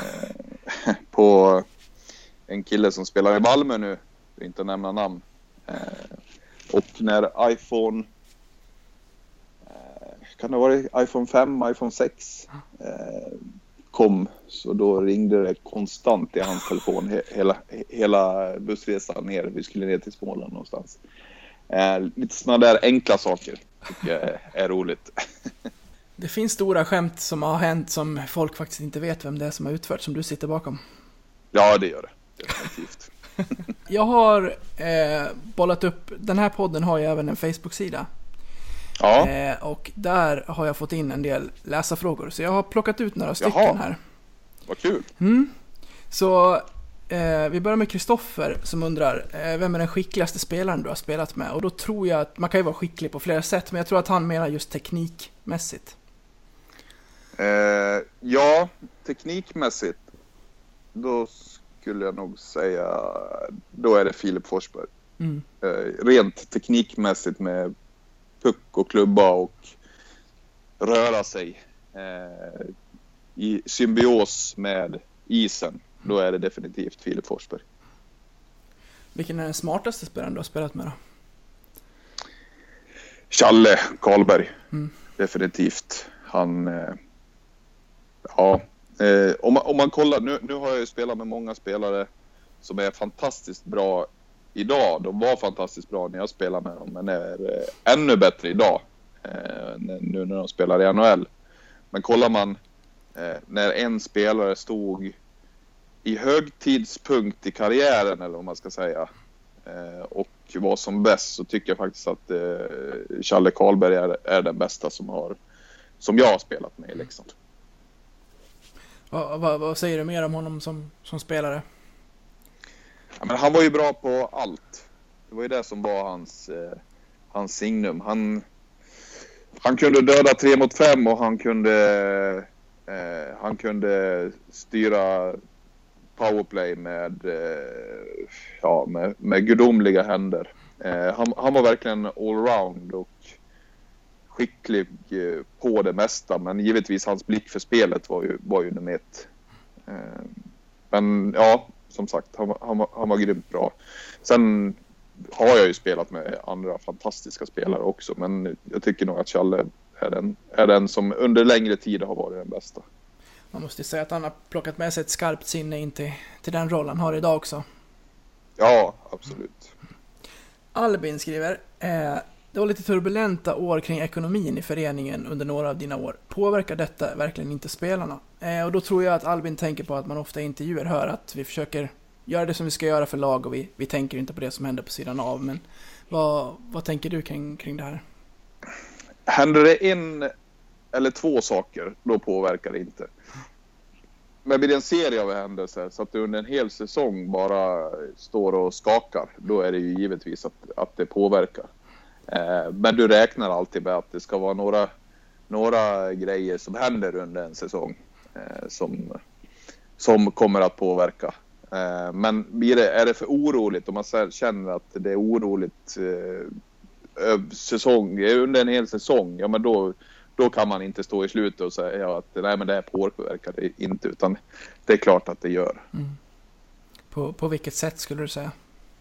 på en kille som spelar i Malmö nu, inte nämna namn. Och när iPhone kan det vara iPhone fem, iPhone sex eh, kom, så då ringde det konstant i hans telefon he, hela, hela bussresan ner. Vi skulle ner till Småland någonstans. Eh, lite sådana där enkla saker tycker jag är, är roligt. Det finns stora skämt som har hänt som folk faktiskt inte vet vem det är som har utfört, som du sitter bakom. Ja, det gör det. Definitivt. Jag har eh, bollat upp, den här podden har ju även en Facebook-sida. Ja. Eh, och där har jag fått in en del läsarfrågor. Så jag har plockat ut några stycken Jaha. här. Vad kul. Mm. Så eh, vi börjar med Kristoffer som undrar, eh, vem är den skickligaste spelaren du har spelat med? Och då tror jag att, man kan ju vara skicklig på flera sätt, men jag tror att han menar just teknikmässigt. Eh, ja, teknikmässigt. Då skulle jag nog säga, då är det Filip Forsberg. Mm. Eh, rent teknikmässigt med puck och klubba och röra sig eh, i symbios med isen, då är det definitivt Filip Forsberg. Vilken är den smartaste spelaren du har spelat med då? Challe Karlberg. Mm. Definitivt. Han eh, ja eh, om, man, om man kollar, nu, nu har jag ju spelat med många spelare som är fantastiskt bra idag. De var fantastiskt bra när jag spelade med dem, men är eh, ännu bättre idag eh, nu när de spelar i N H L. Men kollar man eh, när en spelare stod i högtidspunkt i karriären, eller vad man ska säga, eh, och var som bäst, så tycker jag faktiskt att eh, Challe Karlberg är, är den bästa som, har, som jag har spelat med i Leksand. Vad, vad, vad säger du mer om honom som, som spelare? Ja, men han var ju bra på allt. Det var ju det som var hans, eh, hans signum. Han, han kunde döda tre mot fem och han kunde, eh, han kunde styra powerplay med, eh, ja, med, med gudomliga händer. Eh, han, han var verkligen allround och skicklig eh, på det mesta. Men givetvis hans blick för spelet var ju, var ju nummer ett. Eh, men ja, som sagt, han, han, han var grymt bra. Sen har jag ju spelat med andra fantastiska spelare också, men jag tycker nog att Challe är den, är den som under längre tid har varit den bästa. Man måste säga att han har plockat med sig ett skarpt sinne in till, till den rollen han har idag också. Ja, absolut. Albin skriver, eh, det var lite turbulenta år kring ekonomin i föreningen under några av dina år. Påverkar detta verkligen inte spelarna? Eh, och då tror jag att Albin tänker på att man ofta i intervjuer hör att vi försöker göra det som vi ska göra för lag och vi, vi tänker inte på det som händer på sidan av. Men vad, vad tänker du kring, kring det här? Händer det en eller två saker, då påverkar det inte. Men blir det en serie av händelser så att du under en hel säsong bara står och skakar, då är det ju givetvis att, att det påverkar. Eh, men du räknar alltid med att det ska vara några, några grejer som händer under en säsong eh, som, som kommer att påverka. Eh, men blir det, är det för oroligt, om man känner att det är oroligt eh, säsong, under en hel säsong, ja men då Då kan man inte stå i slutet och säga att nej, men det här påverkar det inte, utan det är klart att det gör. Mm. På, på vilket sätt skulle du säga?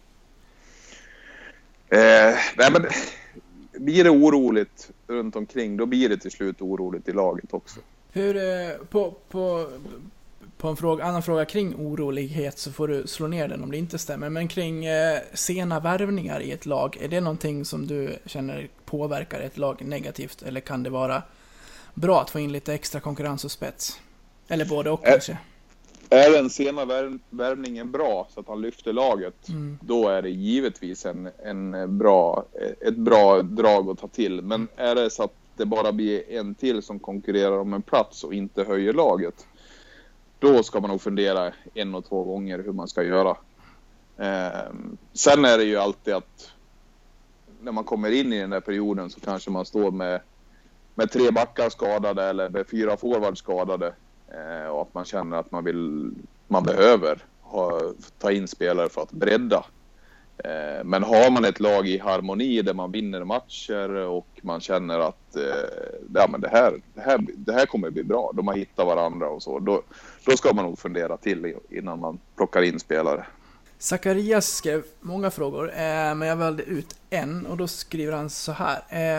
Eh, nej, men blir det oroligt runt omkring, då blir det till slut oroligt i laget också. Hur, eh, på, på, på en fråga, annan fråga kring orolighet så får du slå ner den om det inte stämmer. Men kring eh, sena värvningar i ett lag, är det någonting som du känner påverkar ett lag negativt? Eller kan det vara bra att få in lite extra konkurrens och spets? Eller både och är, kanske? Är den sena värv, värvningen bra så att han lyfter laget, mm. då är det givetvis en, en bra, ett bra drag att ta till. Men är det så att det bara blir en till som konkurrerar om en plats och inte höjer laget, då ska man nog fundera en och två gånger hur man ska göra. Eh, sen är det ju alltid att när man kommer in i den här perioden så kanske man står med, med tre backar skadade eller med fyra forwards skadade. Eh, och att man känner att man vill, man behöver ha, ta in spelare för att bredda. Eh, men har man ett lag i harmoni där man vinner matcher och man känner att eh, ja, men det, här, det, här, det här kommer bli bra, de har hittat varandra och så, då, då ska man nog fundera till innan man plockar in spelare. Zacharias skrev många frågor, eh, men jag valde ut en och då skriver han så här. Eh,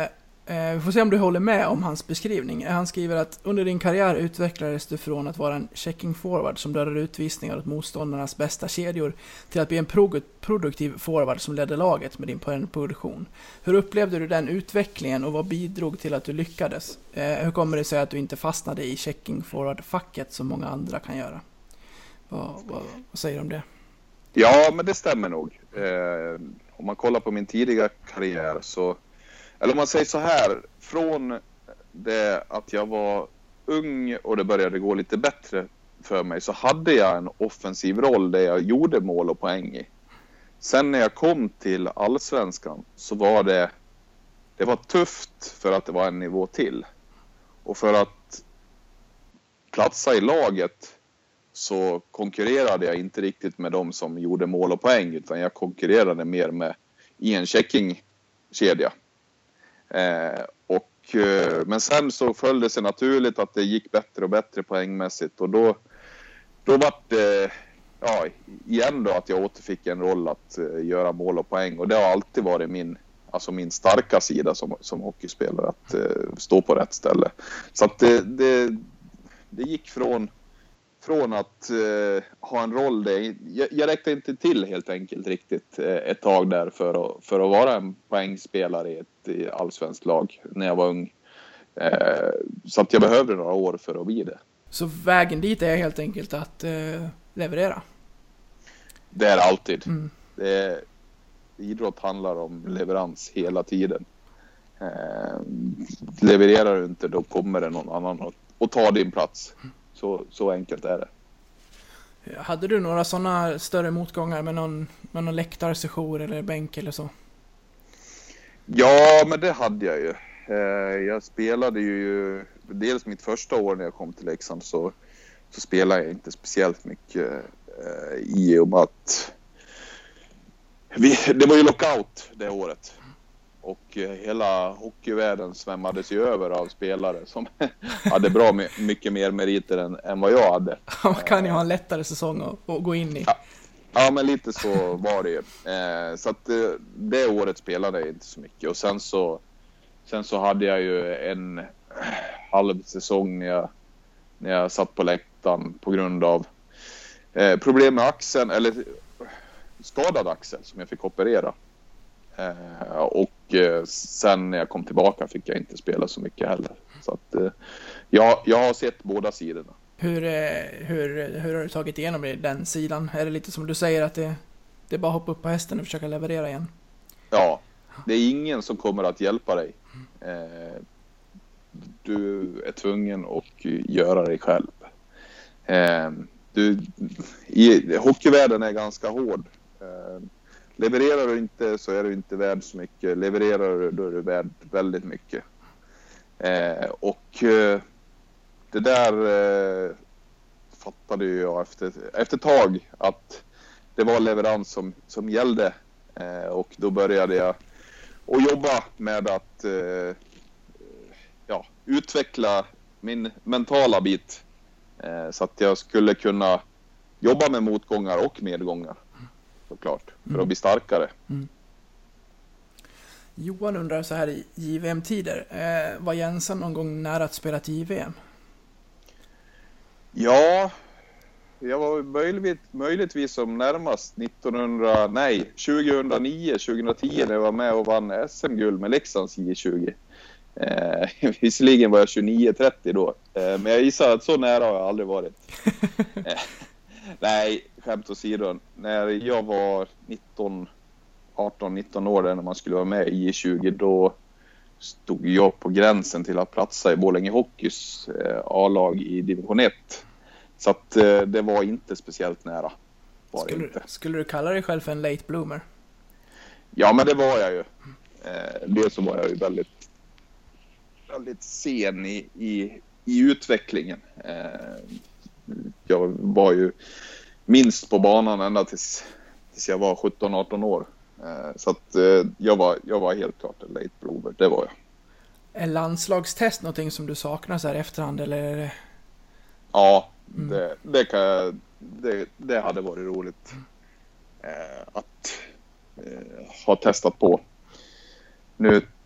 Eh, vi får se om du håller med om hans beskrivning. Han skriver att under din karriär utvecklades du från att vara en checking forward som dödade utvisningar åt motståndarnas bästa kedjor till att bli en pro- produktiv forward som ledde laget med din poängproduktion. Hur upplevde du den utvecklingen och vad bidrog till att du lyckades? Eh, hur kommer det sig att du inte fastnade i checking forward-facket som många andra kan göra? Vad, vad, vad säger du om det? Ja, men det stämmer nog. Eh, om man kollar på min tidiga karriär så, eller om man säger så här, från det att jag var ung och det började gå lite bättre för mig så hade jag en offensiv roll där jag gjorde mål och poäng i. Sen när jag kom till Allsvenskan så var det, det var tufft för att det var en nivå till. Och för att platsa i laget så konkurrerade jag inte riktigt med de som gjorde mål och poäng, utan jag konkurrerade mer med i en checkingkedja. Eh, och, eh, men sen så föll det sig naturligt att det gick bättre och bättre poängmässigt, och då, då var det ja, igen då att jag återfick en roll att eh, göra mål och poäng, och det har alltid varit min, alltså min starka sida som, som hockeyspelare, att eh, stå på rätt ställe. Så att det, det, det gick från Från att eh, ha en roll där jag, jag räckte inte till helt enkelt riktigt eh, ett tag där för att, för att vara en poängspelare i ett i allsvenskt lag när jag var ung. Eh, så att jag behövde några år för att bli det. Så vägen dit är helt enkelt att eh, leverera? Det är alltid. Mm. Det är, idrott handlar om leverans hela tiden. Eh, levererar du inte, då kommer det någon annan och, och tar din plats. Så, så enkelt är det. Hade du några sådana större motgångar med någon, med någon läktarsession eller bänk eller så? Ja, men det hade jag ju. Jag spelade ju dels mitt första år när jag kom till Leksand, så, så spelade jag inte speciellt mycket i och med att vi, det var ju lockout det året. Och hela hockeyvärlden svämmades ju över av spelare som hade bra mycket mer meriter än, än vad jag hade. Man kan ju ha en lättare säsong att, att gå in i. Ja, ja, men lite så var det ju. Eh, så att det året spelade jag inte så mycket. Och sen så, sen så hade jag ju en halv säsong när jag, när jag satt på läktaren på grund av eh, problem med axeln, eller skadad axel som jag fick operera. Eh, och eh, sen när jag kom tillbaka fick jag inte spela så mycket heller. Så att eh, ja, jag har sett båda sidorna. Hur, eh, hur, hur har du tagit igenom det, den sidan? Är det lite som du säger att det, det är bara att hoppa upp på hästen och försöka leverera igen? Ja, det är ingen som kommer att hjälpa dig. Eh, du är tvungen att göra dig själv. Eh, du, i, hockeyvärlden är ganska hård. Eh, Levererar du inte så är du inte värd så mycket. Levererar du, då är du värd väldigt mycket. Eh, och eh, det där eh, fattade jag efter, efter ett tag att det var leverans som, som gällde. Eh, och då började jag att jobba med att eh, ja, utveckla min mentala bit. Eh, så att jag skulle kunna jobba med motgångar och medgångar. Såklart, för att bli starkare. Mm. Johan undrar så här i J V M-tider. Eh, var Jensen någon gång nära att spela till J V M? Ja, jag var möjligt, möjligtvis som närmast nittonhundra, nej, tjugohundranio tjugohundratio när jag var med och vann S M-guld med Leksands J tjugo. Eh, visserligen var jag tjugonio trettio då, eh, men jag gissar att så nära har jag aldrig varit. Eh, nej, skämt åsido. När jag var nitton, arton nitton år när man skulle vara med i J tjugo, då stod jag på gränsen till att platsa i Borlänge Hockeys eh, A-lag i division ett. Så att eh, det var inte speciellt nära. Var Skulle, inte. skulle du kalla dig själv för en late bloomer? Ja, men det var jag ju. Eh, det så var jag ju väldigt, väldigt sen i, i, i utvecklingen. Eh, jag var ju minst på banan ända tills, tills jag var sjutton arton år. Eh, så att eh, jag, var, jag var helt klart en late bloomer, det var jag. Är landslagstest någonting som du saknar så här efterhand, eller är det... Ja, mm. det, det, kan jag, det, det hade varit roligt eh, att eh, ha testat på. Nu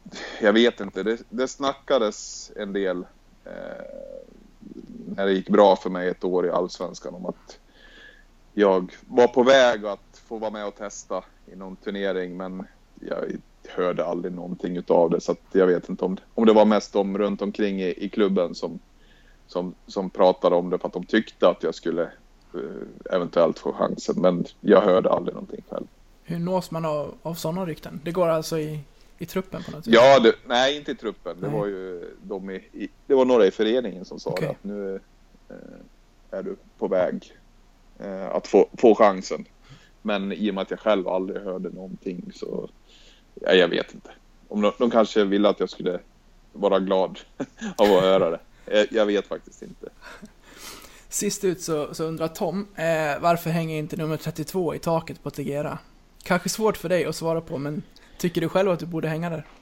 jag vet inte. Det, det snackades en del eh, när det gick bra för mig ett år i Allsvenskan om att jag var på väg att få vara med och testa i någon turnering, men jag hörde aldrig någonting utav det, så att jag vet inte om, om det var mest de runt omkring i, i klubben som, som, som pratade om det för att de tyckte att jag skulle uh, eventuellt få chansen, men jag hörde aldrig någonting själv. Hur nås man av, av sådana rykten? Det går alltså i, i truppen på något sätt? Ja, det, nej inte i truppen. Det nej. var ju de i, i, det var några i föreningen som sa okay. att nu uh, är du på väg uh, att få, få chansen. Men i och med att jag själv aldrig hörde någonting så ja, jag vet inte. Om de, de kanske ville att jag skulle vara glad av att höra det. Jag, jag vet faktiskt inte. Sist ut så, så undrar Tom, eh, varför hänger inte nummer trettiotvå i taket på Tegera? Kanske svårt för dig att svara på, men tycker du själv att du borde hänga där?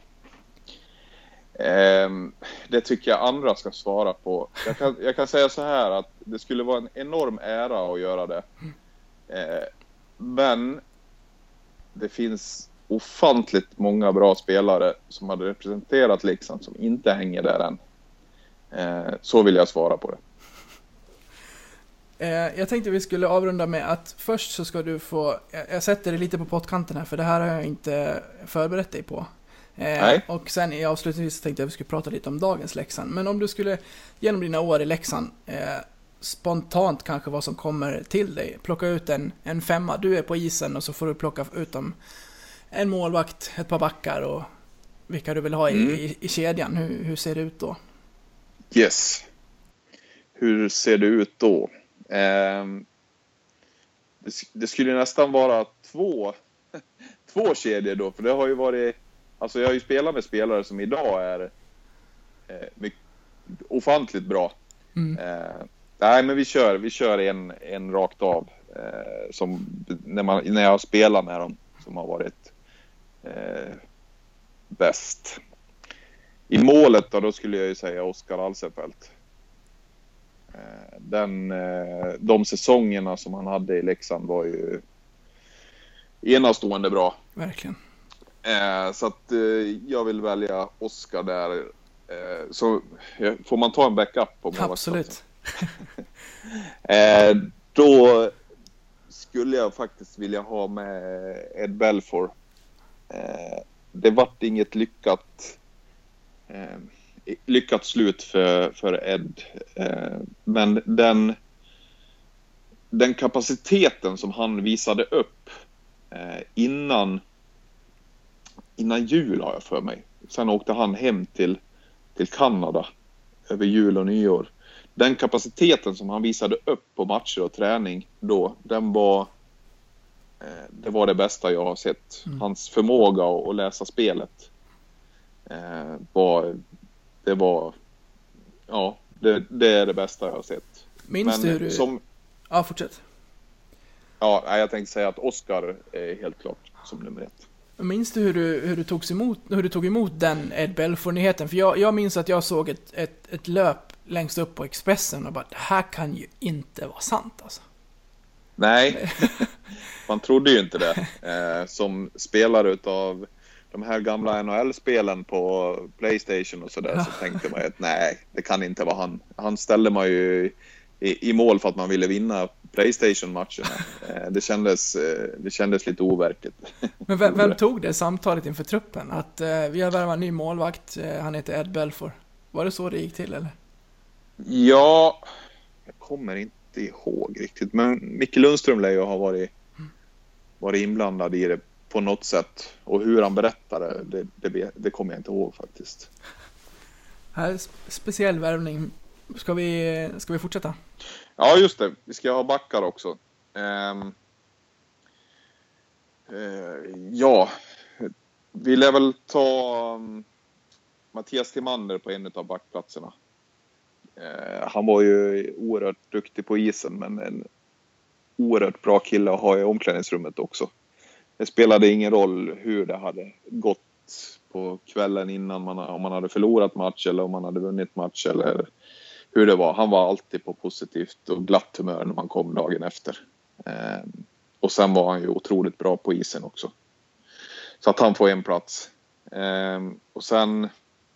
Eh, det tycker jag andra ska svara på. Jag kan, jag kan säga så här att det skulle vara en enorm ära att göra det. Eh, men det finns ofantligt många bra spelare som hade representerat Leksand som inte hänger där än. Eh, så vill jag svara på det. Eh, jag tänkte vi skulle avrunda med att först så ska du få, jag, jag sätter dig lite på pottkanten här för det här har jag inte förberett dig på. Eh, Nej. Och sen i avslutningsvis tänkte jag att vi skulle prata lite om dagens Leksand. Men om du skulle genom dina år i Leksand eh, spontant kanske vad som kommer till dig, plocka ut en, en femma, du är på isen och så får du plocka ut om en målvakt, ett par backar och vilka du vill ha i, mm. i, i kedjan. Hur, hur ser det ut då? Yes. Hur ser det ut då? Eh, det, det skulle nästan vara två två kedjor då, för det har ju varit, alltså jag har ju spelat med spelare som idag är eh, mycket, ofantligt bra. Mm. Eh, nej, men vi kör vi kör en en rakt av eh, som när man när jag spelar med dem som har varit eh, bäst. I målet då, då skulle jag ju säga Oskar Alsenfelt. Eh, den eh, de säsongerna som han hade i Leksand var ju enastående bra. Verkligen. Eh, så att eh, jag vill välja Oskar där. Eh, så eh, får man ta en backup på målvakten. Absolut. eh, då skulle jag faktiskt vilja ha med Ed Belfour. Eh, det vart inget lyckat eh, lyckat slut för, för Ed. Eh, men den den kapaciteten som han visade upp eh, innan innan jul har jag för mig. Sen åkte han hem till till Kanada över jul och nyår. Den kapaciteten som han visade upp på matcher och träning då, den var eh, det var det bästa jag har sett. Mm. Hans förmåga att, att läsa spelet eh, var det var ja, det, det är det bästa jag har sett. Minns Men du hur du... som Ja, fortsätt. Ja, jag tänkte säga att Oskar är helt klart som nummer ett. Minns du hur du, hur du, togs emot, hur du tog emot den Ed Belfour-nyheten? För jag, jag minns att jag såg ett, ett, ett löp längst upp på Expressen och bara, det här kan ju inte vara sant alltså. Nej, man trodde ju inte det. Eh, som spelare utav de här gamla N H L-spelen på PlayStation och sådär så tänkte man att nej, det kan inte vara han. Han ställde man ju i, i mål för att man ville vinna PlayStation-matcherna. Eh, det, kändes, eh, det kändes lite overkligt. Men vem, vem tog det samtalet inför truppen? Att eh, vi har värvat en ny målvakt, eh, han heter Ed Belfour. Var det så det gick till eller? Ja, jag kommer inte ihåg riktigt. Men Micke Lundström lär ju ha varit, varit inblandad i det på något sätt. Och hur han berättade, det, det, det kommer jag inte ihåg faktiskt. Här är speciell värvning. Ska vi, ska vi fortsätta? Ja, just det. Vi ska ha backar också. Um, uh, ja, vi lär väl ta um, Mattias Timander på en av backplatserna. Uh, han var ju oerhört duktig på isen, men en oerhört bra kille att ha i omklädningsrummet också. Det spelade ingen roll hur det hade gått på kvällen innan, man, om man hade förlorat match eller om man hade vunnit match eller hur det var. Han var alltid på positivt och glatt humör när man kom dagen efter. Eh, och sen var han ju otroligt bra på isen också. Så att han får en plats. Eh, och sen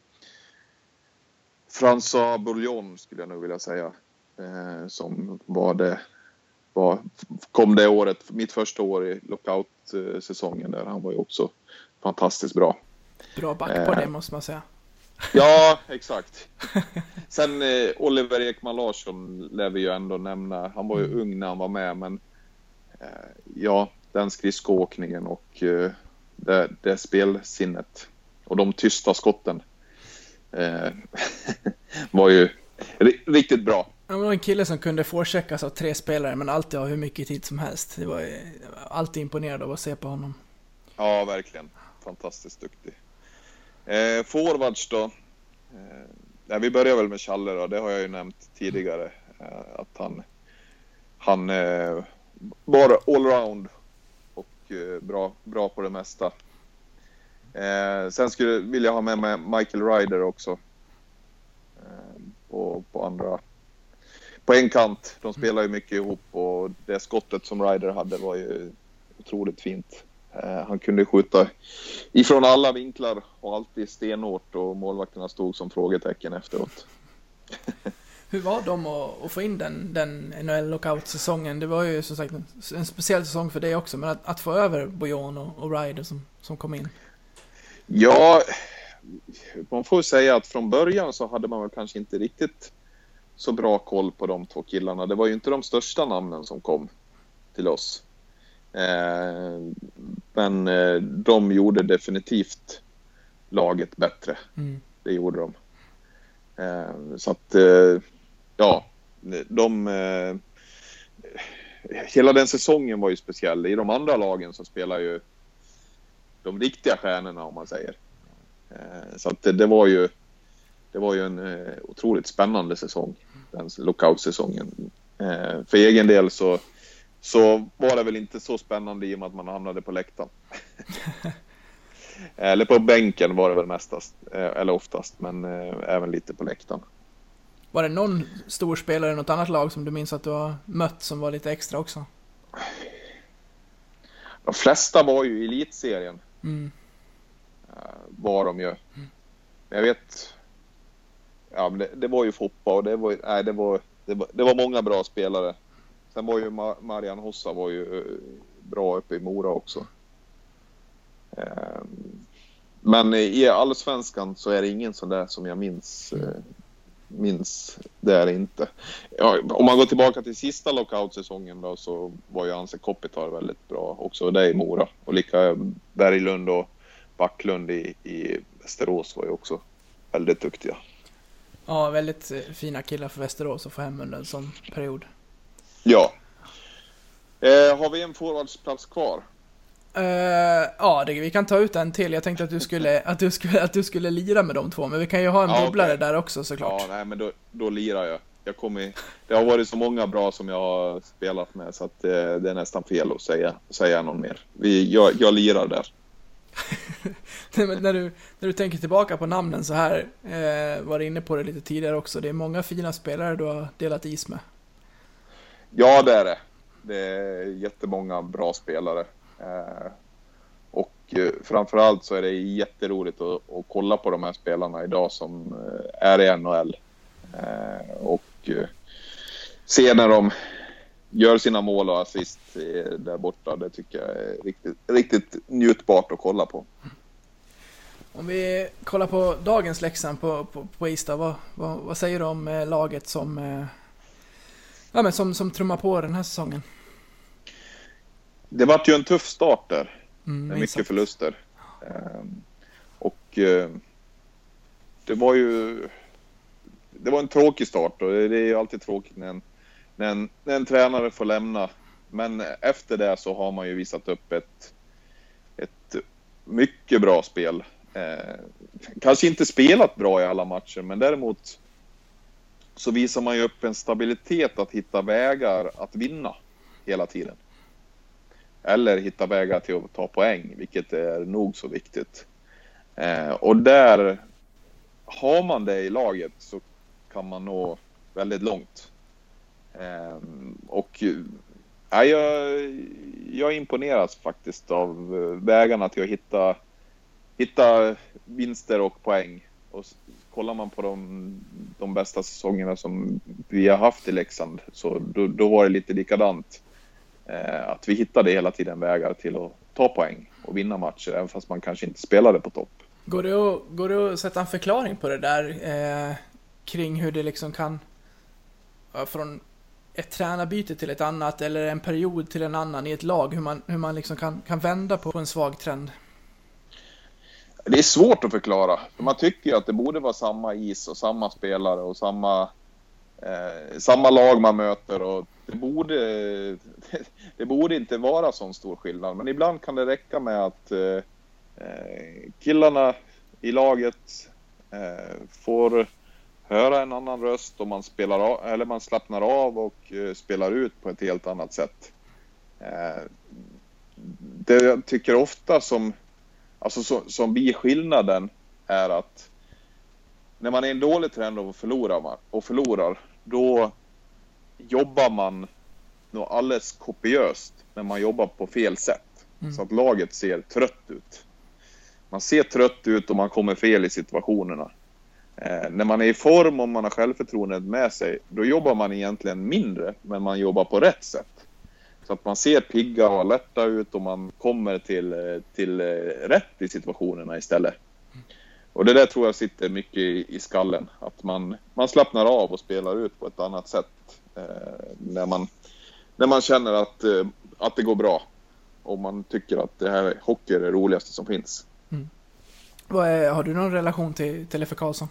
François Bouillon skulle jag nog vilja säga. Eh, som var det, var, kom det året, mitt första år i lockout-säsongen där. Han var ju också fantastiskt bra. Bra back på eh, det måste man säga. Ja, exakt. Sen eh, Oliver Ekman Larsson lär vi ju ändå nämna. Han var ju mm. ung när han var med, men eh, ja, den skridskoåkningen och eh, det, det spelsinnet och de tysta skotten eh, var ju ri- riktigt bra. Han var en kille som kunde forecheckas av tre spelare men alltid ha hur mycket tid som helst. Det var ju alltid imponerad av att se på honom. Ja, verkligen. Fantastiskt duktig. Eh, forwards då. Eh, vi börjar väl med Challe då. Det har jag ju nämnt tidigare. Eh, att han han eh, var allround och eh, bra, bra på det mesta. Eh, sen skulle vill jag ha med mig Michael Ryder också. Eh, på, på andra på en kant. De spelar ju mycket ihop och det skottet som Ryder hade var ju otroligt fint. Uh, han kunde skjuta ifrån alla vinklar och alltid stenhårt och målvakterna stod som frågetecken efteråt. Hur var de att, att få in den, den N H L-lockout-säsongen? Det var ju som sagt en, en speciell säsong för dig också, men att, att få över Bouillon och, och Ryder som, som kom in. Ja, man får säga att från början så hade man väl kanske inte riktigt så bra koll på de två killarna. Det var ju inte de största namnen som kom till oss. Eh, men eh, de gjorde definitivt laget bättre. Mm. Det gjorde de. Eh, så att eh, ja, de eh, hela den säsongen var ju speciell. I de andra lagen så spelar ju de riktiga stjärnorna, om man säger. Eh, så att det, det var ju det var ju en eh, otroligt spännande säsong, den lockout-säsongen. Eh, för egen del så så var det väl inte så spännande i och med att man hamnade på läktaren. Eller på bänken var det väl mestast, eller oftast, men även lite på läktaren. Var det någon stor spelare i något annat lag som du minns att du har mött som var lite extra också? De flesta var ju i elitserien. Mm. Var de ju. Mm. Jag vet, ja, men det, det var ju fotboll och det var, nej, det var, det var, det var många bra spelare. Sen var ju Marian Hossa var ju bra uppe i Mora också. Men i allsvenskan så är det ingen sån där som jag minns. Minns det är det inte. Ja, om man går tillbaka till sista lockout-säsongen då, så var ju Anse Kopitar väldigt bra också. Det i Mora. Och lika Berglund och Backlund i, i Västerås var ju också väldigt duktiga. Ja, väldigt fina killar för Västerås att få hem under en sån period. Ja. Eh, har vi en forwardsplats kvar? Uh, ja, det, vi kan ta ut en till. Jag tänkte att du skulle att du skulle att du skulle lira med de två, men vi kan ju ha en ja, bubblare okay. där också såklart. Ja, nej, men då, då lirar jag. Jag kommer. Det har varit så många bra som jag har spelat med så att det, det är nästan fel att säga säga någon mer. Vi jag, jag lirar där. Men när du när du tänker tillbaka på namnen så här, eh, var inne på det lite tidigare också. Det är många fina spelare du har delat is med. Ja, det är det. Det är jättemånga bra spelare. Eh, och eh, framförallt så är det jätteroligt att, att kolla på de här spelarna idag som eh, är i N H L. Eh, och eh, se när de gör sina mål och assist eh, där borta. Det tycker jag är riktigt, riktigt njutbart att kolla på. Om vi kollar på dagens Leksand på, på, på Ista, vad, vad, vad säger du om eh, laget som... Eh, Ja, men som, som trummar på den här säsongen? Det var ju en tuff start där. Mm, med mycket exakt. förluster. Um, och uh, det var ju det var en tråkig start och det är ju alltid tråkigt när en, när en, när en tränare får lämna. Men efter det så har man ju visat upp ett, ett mycket bra spel. Uh, kanske inte spelat bra i alla matcher, men däremot så visar man ju upp en stabilitet att hitta vägar att vinna hela tiden. Eller hitta vägar till att ta poäng, vilket är nog så viktigt. Eh, och där har man det i laget så kan man nå väldigt långt. Eh, och ja, jag, jag imponeras faktiskt av vägarna till att hitta hitta vinster och poäng. Och kollar man på de, de bästa säsongerna som vi har haft i Leksand, så då, då var det lite likadant. Eh, att vi hittade hela tiden vägar till att ta poäng och vinna matcher, även fast man kanske inte spelade på topp. Går det att, går det att sätta en förklaring på det där eh, kring hur det liksom kan ja, från ett tränarbyte till ett annat eller en period till en annan i ett lag, hur man, hur man liksom kan, kan vända på, på en svag trend? Det är svårt att förklara. Man tycker ju att det borde vara samma is och samma spelare och samma, eh, samma lag man möter. Och det, borde, det, det borde inte vara sån stor skillnad. Men ibland kan det räcka med att eh, killarna i laget eh, får höra en annan röst och man, spelar av, eller man slappnar av och eh, spelar ut på ett helt annat sätt. Eh, det jag tycker ofta som Alltså så, som blir skillnaden är att när man är en dålig tränare och förlorar, och förlorar då jobbar man nog alldeles kopiöst, men man jobbar på fel sätt. Mm. Så att laget ser trött ut. Man ser trött ut och man kommer fel i situationerna. Eh, när man är i form och man har självförtroendet med sig, då jobbar man egentligen mindre, men man jobbar på rätt sätt. Så att man ser pigga och alerta ut och man kommer till, till rätt i situationerna istället. Och det där tror jag sitter mycket i, i skallen. Att man, man slappnar av och spelar ut på ett annat sätt. Eh, när, man, när man känner att, eh, att det går bra. Och man tycker att det här hockey är det roligaste som finns. Mm. Vad är, har du någon relation till, till Leffe Karlsson?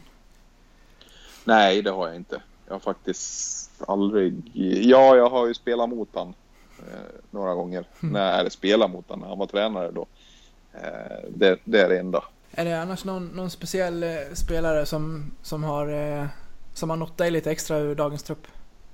Nej, det har jag inte. Jag har faktiskt aldrig... Ja, jag har ju spelat mot han. Eh, några gånger mm. när jag spelade mot honom när han var tränare då. Eh, det, det är det enda. Är det annars någon, någon speciell eh, spelare som, som, har, eh, som har nått dig lite extra ur dagens trupp?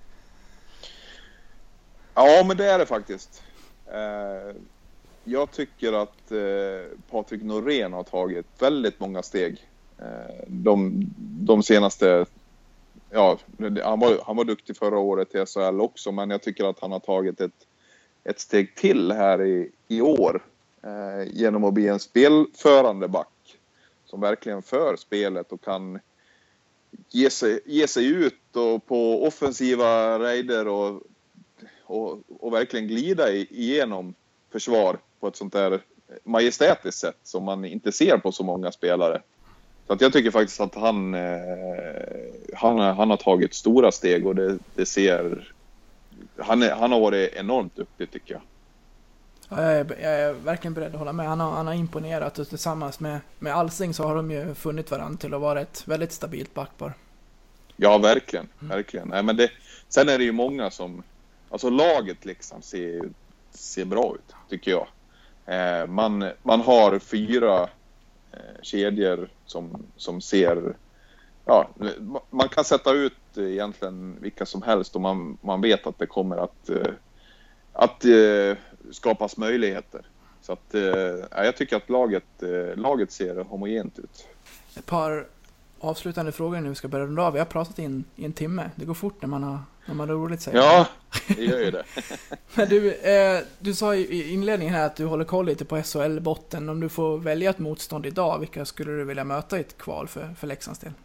Ja, men det är det faktiskt. Eh, jag tycker att eh, Patrik Norén har tagit väldigt många steg. Eh, de, de senaste... Ja, han var, han var duktig förra året i S H L också, men jag tycker att han har tagit ett, ett steg till här i, i år eh, genom att bli en spelförande back som verkligen för spelet och kan ge sig, ge sig ut och på offensiva raider och, och, och verkligen glida i, igenom försvar på ett sånt där majestätiskt sätt som man inte ser på så många spelare. Så att jag tycker faktiskt att han, eh, han, han har tagit stora steg och det, det ser... Han, är, han har varit enormt duktig tycker jag. Ja, jag, är, jag är verkligen beredd att hålla med. Han har, han har imponerat och tillsammans med, med Alsing så har de ju funnit varandra till att vara ett väldigt stabilt backpar. Ja, verkligen. verkligen. Nej, men det, sen är det ju många som... Alltså laget liksom ser, ser bra ut tycker jag. Eh, man, man har fyra... kedjor som, som ser ja, man kan sätta ut egentligen vilka som helst och man, man vet att det kommer att att skapas möjligheter. Så att ja, jag tycker att laget, laget ser homogent ut. Ett par avslutande frågor nu, vi ska börja runda av. Vi har pratat in i en timme. Det går fort när man har, när man har roligt sig. Ja, det gör ju det. Men du, eh, du sa i inledningen här att du håller koll lite på S H L-botten. Om du får välja ett motstånd idag, vilka skulle du vilja möta i ett kval för, för Leksands del?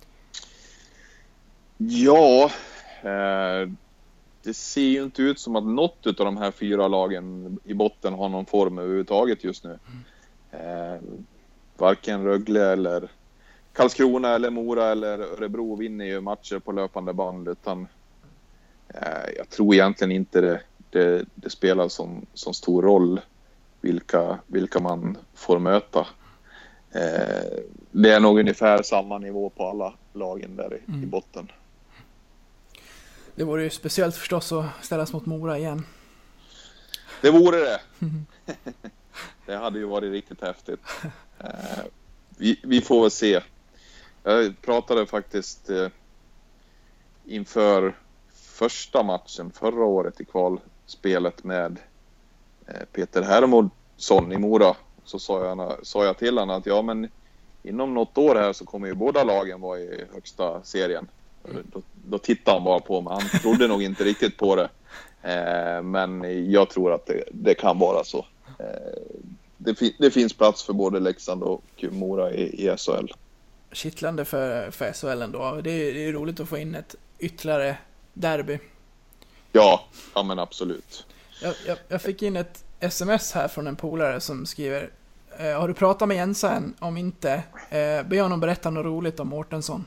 Ja, eh, det ser ju inte ut som att något av de här fyra lagen i botten har någon form överhuvudtaget just nu. Mm. Eh, varken Rögle eller Karlskrona eller Mora eller Örebro vinner ju matcher på löpande band, utan eh, jag tror egentligen inte det, det, det spelar som, som stor roll vilka, vilka man får möta. Eh, det är nog ungefär samma nivå på alla lagen där i, mm. i botten. Det vore ju speciellt förstås att ställas mot Mora igen. Det vore det. Det hade ju varit riktigt häftigt. Eh, vi, vi får väl se. Jag pratade faktiskt eh, inför första matchen förra året i kvalspelet med eh, Peter Hermodsson i Mora. Så sa jag, sa jag till honom att ja, men inom något år här så kommer ju båda lagen vara i högsta serien. Då, då tittade han bara på mig. Han trodde nog inte riktigt på det. Eh, men jag tror att det, det kan vara så. Eh, det, fi, det finns plats för både Leksand och Mora i, i S H L. Kittlande för, för S H L ändå. Det är, det är roligt att få in ett ytterligare derby. Ja, ja men absolut. Jag, jag, jag fick in ett sms här från en polare som skriver: eh, har du pratat med Jensa än? Om inte, eh, be honom berätta något roligt om Mårtensson.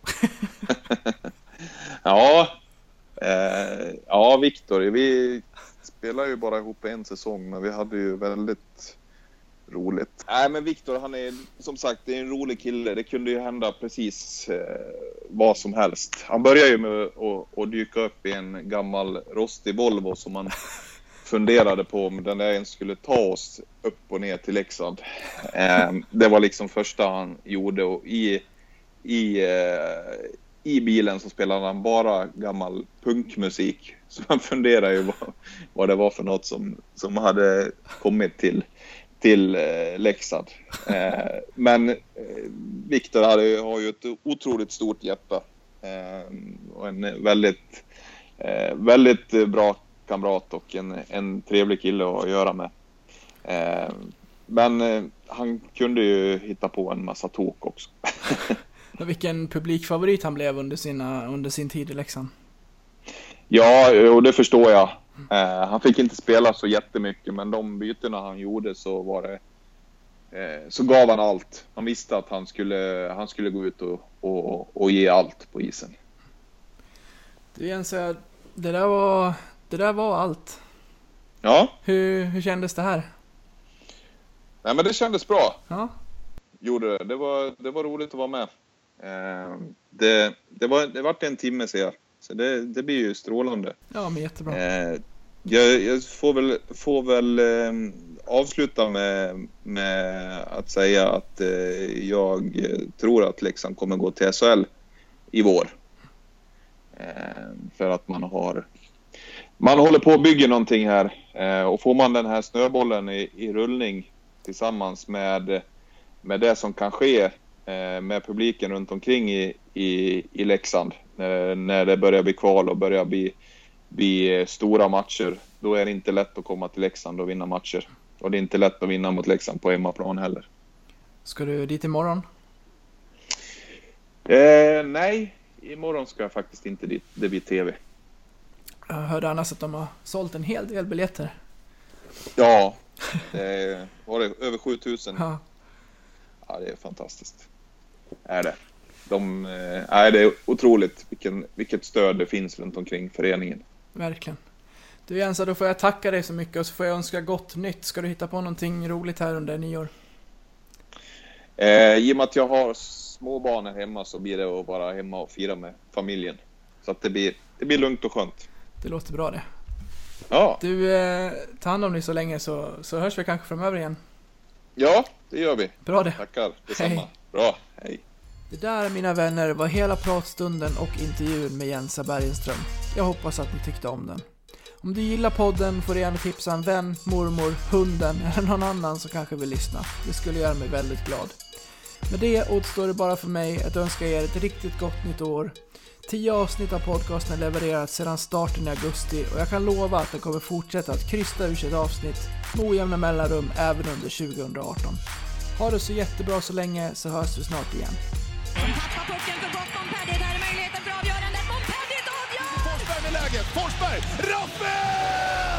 ja, eh, ja Viktor, vi spelar ju bara ihop en säsong, men vi hade ju väldigt roligt. Nej, men Viktor, han är som sagt, det är en rolig kille. Det kunde ju hända precis eh, vad som helst. Han började ju med att, att dyka upp i en gammal rostig Volvo som man funderade på om den där ens skulle ta oss upp och ner till Leksand. Eh, det var liksom första han gjorde, och i, i, eh, i bilen så spelade han bara gammal punkmusik. Så man funderar ju vad, vad det var för något som, som hade kommit till till eh, Leksand. Eh, men eh, Viktor hade, har ju ett otroligt stort hjärta eh, och en väldigt eh, väldigt bra kamrat och en, en trevlig kille att göra med. Eh, men eh, han kunde ju hitta på en massa tok också. Vilken publikfavorit han blev under, sina, under sin tid i Leksand. Ja, och det förstår jag. Eh, han fick inte spela så jättemycket, men de bytena han gjorde så var det eh, så gav han allt. Han visste att han skulle, han skulle gå ut och, och, och ge allt på isen. Du Jens, det där var, det där var allt. Ja. Hur, hur kändes det här? Nej, men det kändes bra. Ja. Gjorde det. Det var, det var roligt att vara med. Eh, det, det var det vart en timme sedan. Så det, det blir ju strålande. Ja, men jättebra. Eh, jag, jag får väl, får väl eh, avsluta med, med att säga att eh, jag tror att Leksand kommer gå till S H L i vår. Eh, för att man har man håller på att bygga någonting här. Eh, och får man den här snöbollen i, i rullning tillsammans med, med det som kan ske eh, med publiken runt omkring i, i, i Leksand. När det börjar bli kval och börjar bli, bli stora matcher, då är det inte lätt att komma till Leksand och vinna matcher. Och det är inte lätt att vinna mot Leksand på hemmaplan heller. Ska du dit imorgon? Eh, nej, imorgon ska jag faktiskt inte dit. Det blir tv. Jag hörde annars att de har sålt en hel del biljetter. Ja, det var det över sju tusen. Ja. Ja, det är fantastiskt. Är det. De, äh, det är otroligt vilken, vilket stöd det finns runt omkring föreningen. Verkligen. Du Jens, då får jag tacka dig så mycket och så får jag önska gott nytt. Ska du hitta på någonting roligt här under nyår? Eh, I och med att jag har små barn här hemma så blir det att vara hemma och fira med familjen. Så att det blir, det blir lugnt och skönt. Det låter bra det. Ja. Du, eh, ta hand om dig så länge så, så hörs vi kanske framöver igen. Ja, det gör vi. Bra det. Tackar, detsamma. Hej. Bra, hej. Det där, mina vänner, var hela pratstunden och intervjun med Jensa Bergenström. Jag hoppas att ni tyckte om den. Om du gillar podden får du gärna tipsa en vän, mormor, hunden eller någon annan som kanske vill lyssna. Det skulle göra mig väldigt glad. Med det återstår det bara för mig att önska er ett riktigt gott nytt år. Tio avsnitt av podcasten är levererat sedan starten i augusti och jag kan lova att det kommer fortsätta att krysta ur sig ett avsnitt med ojämna mellanrum även under tjugoarton. Ha det så jättebra så länge, så hörs vi snart igen. Som tappar pucken för gott Montpellier. Där är möjligheten för avgörandet. Montpellier avgör! Forsberg med läget. Forsberg! Rappel!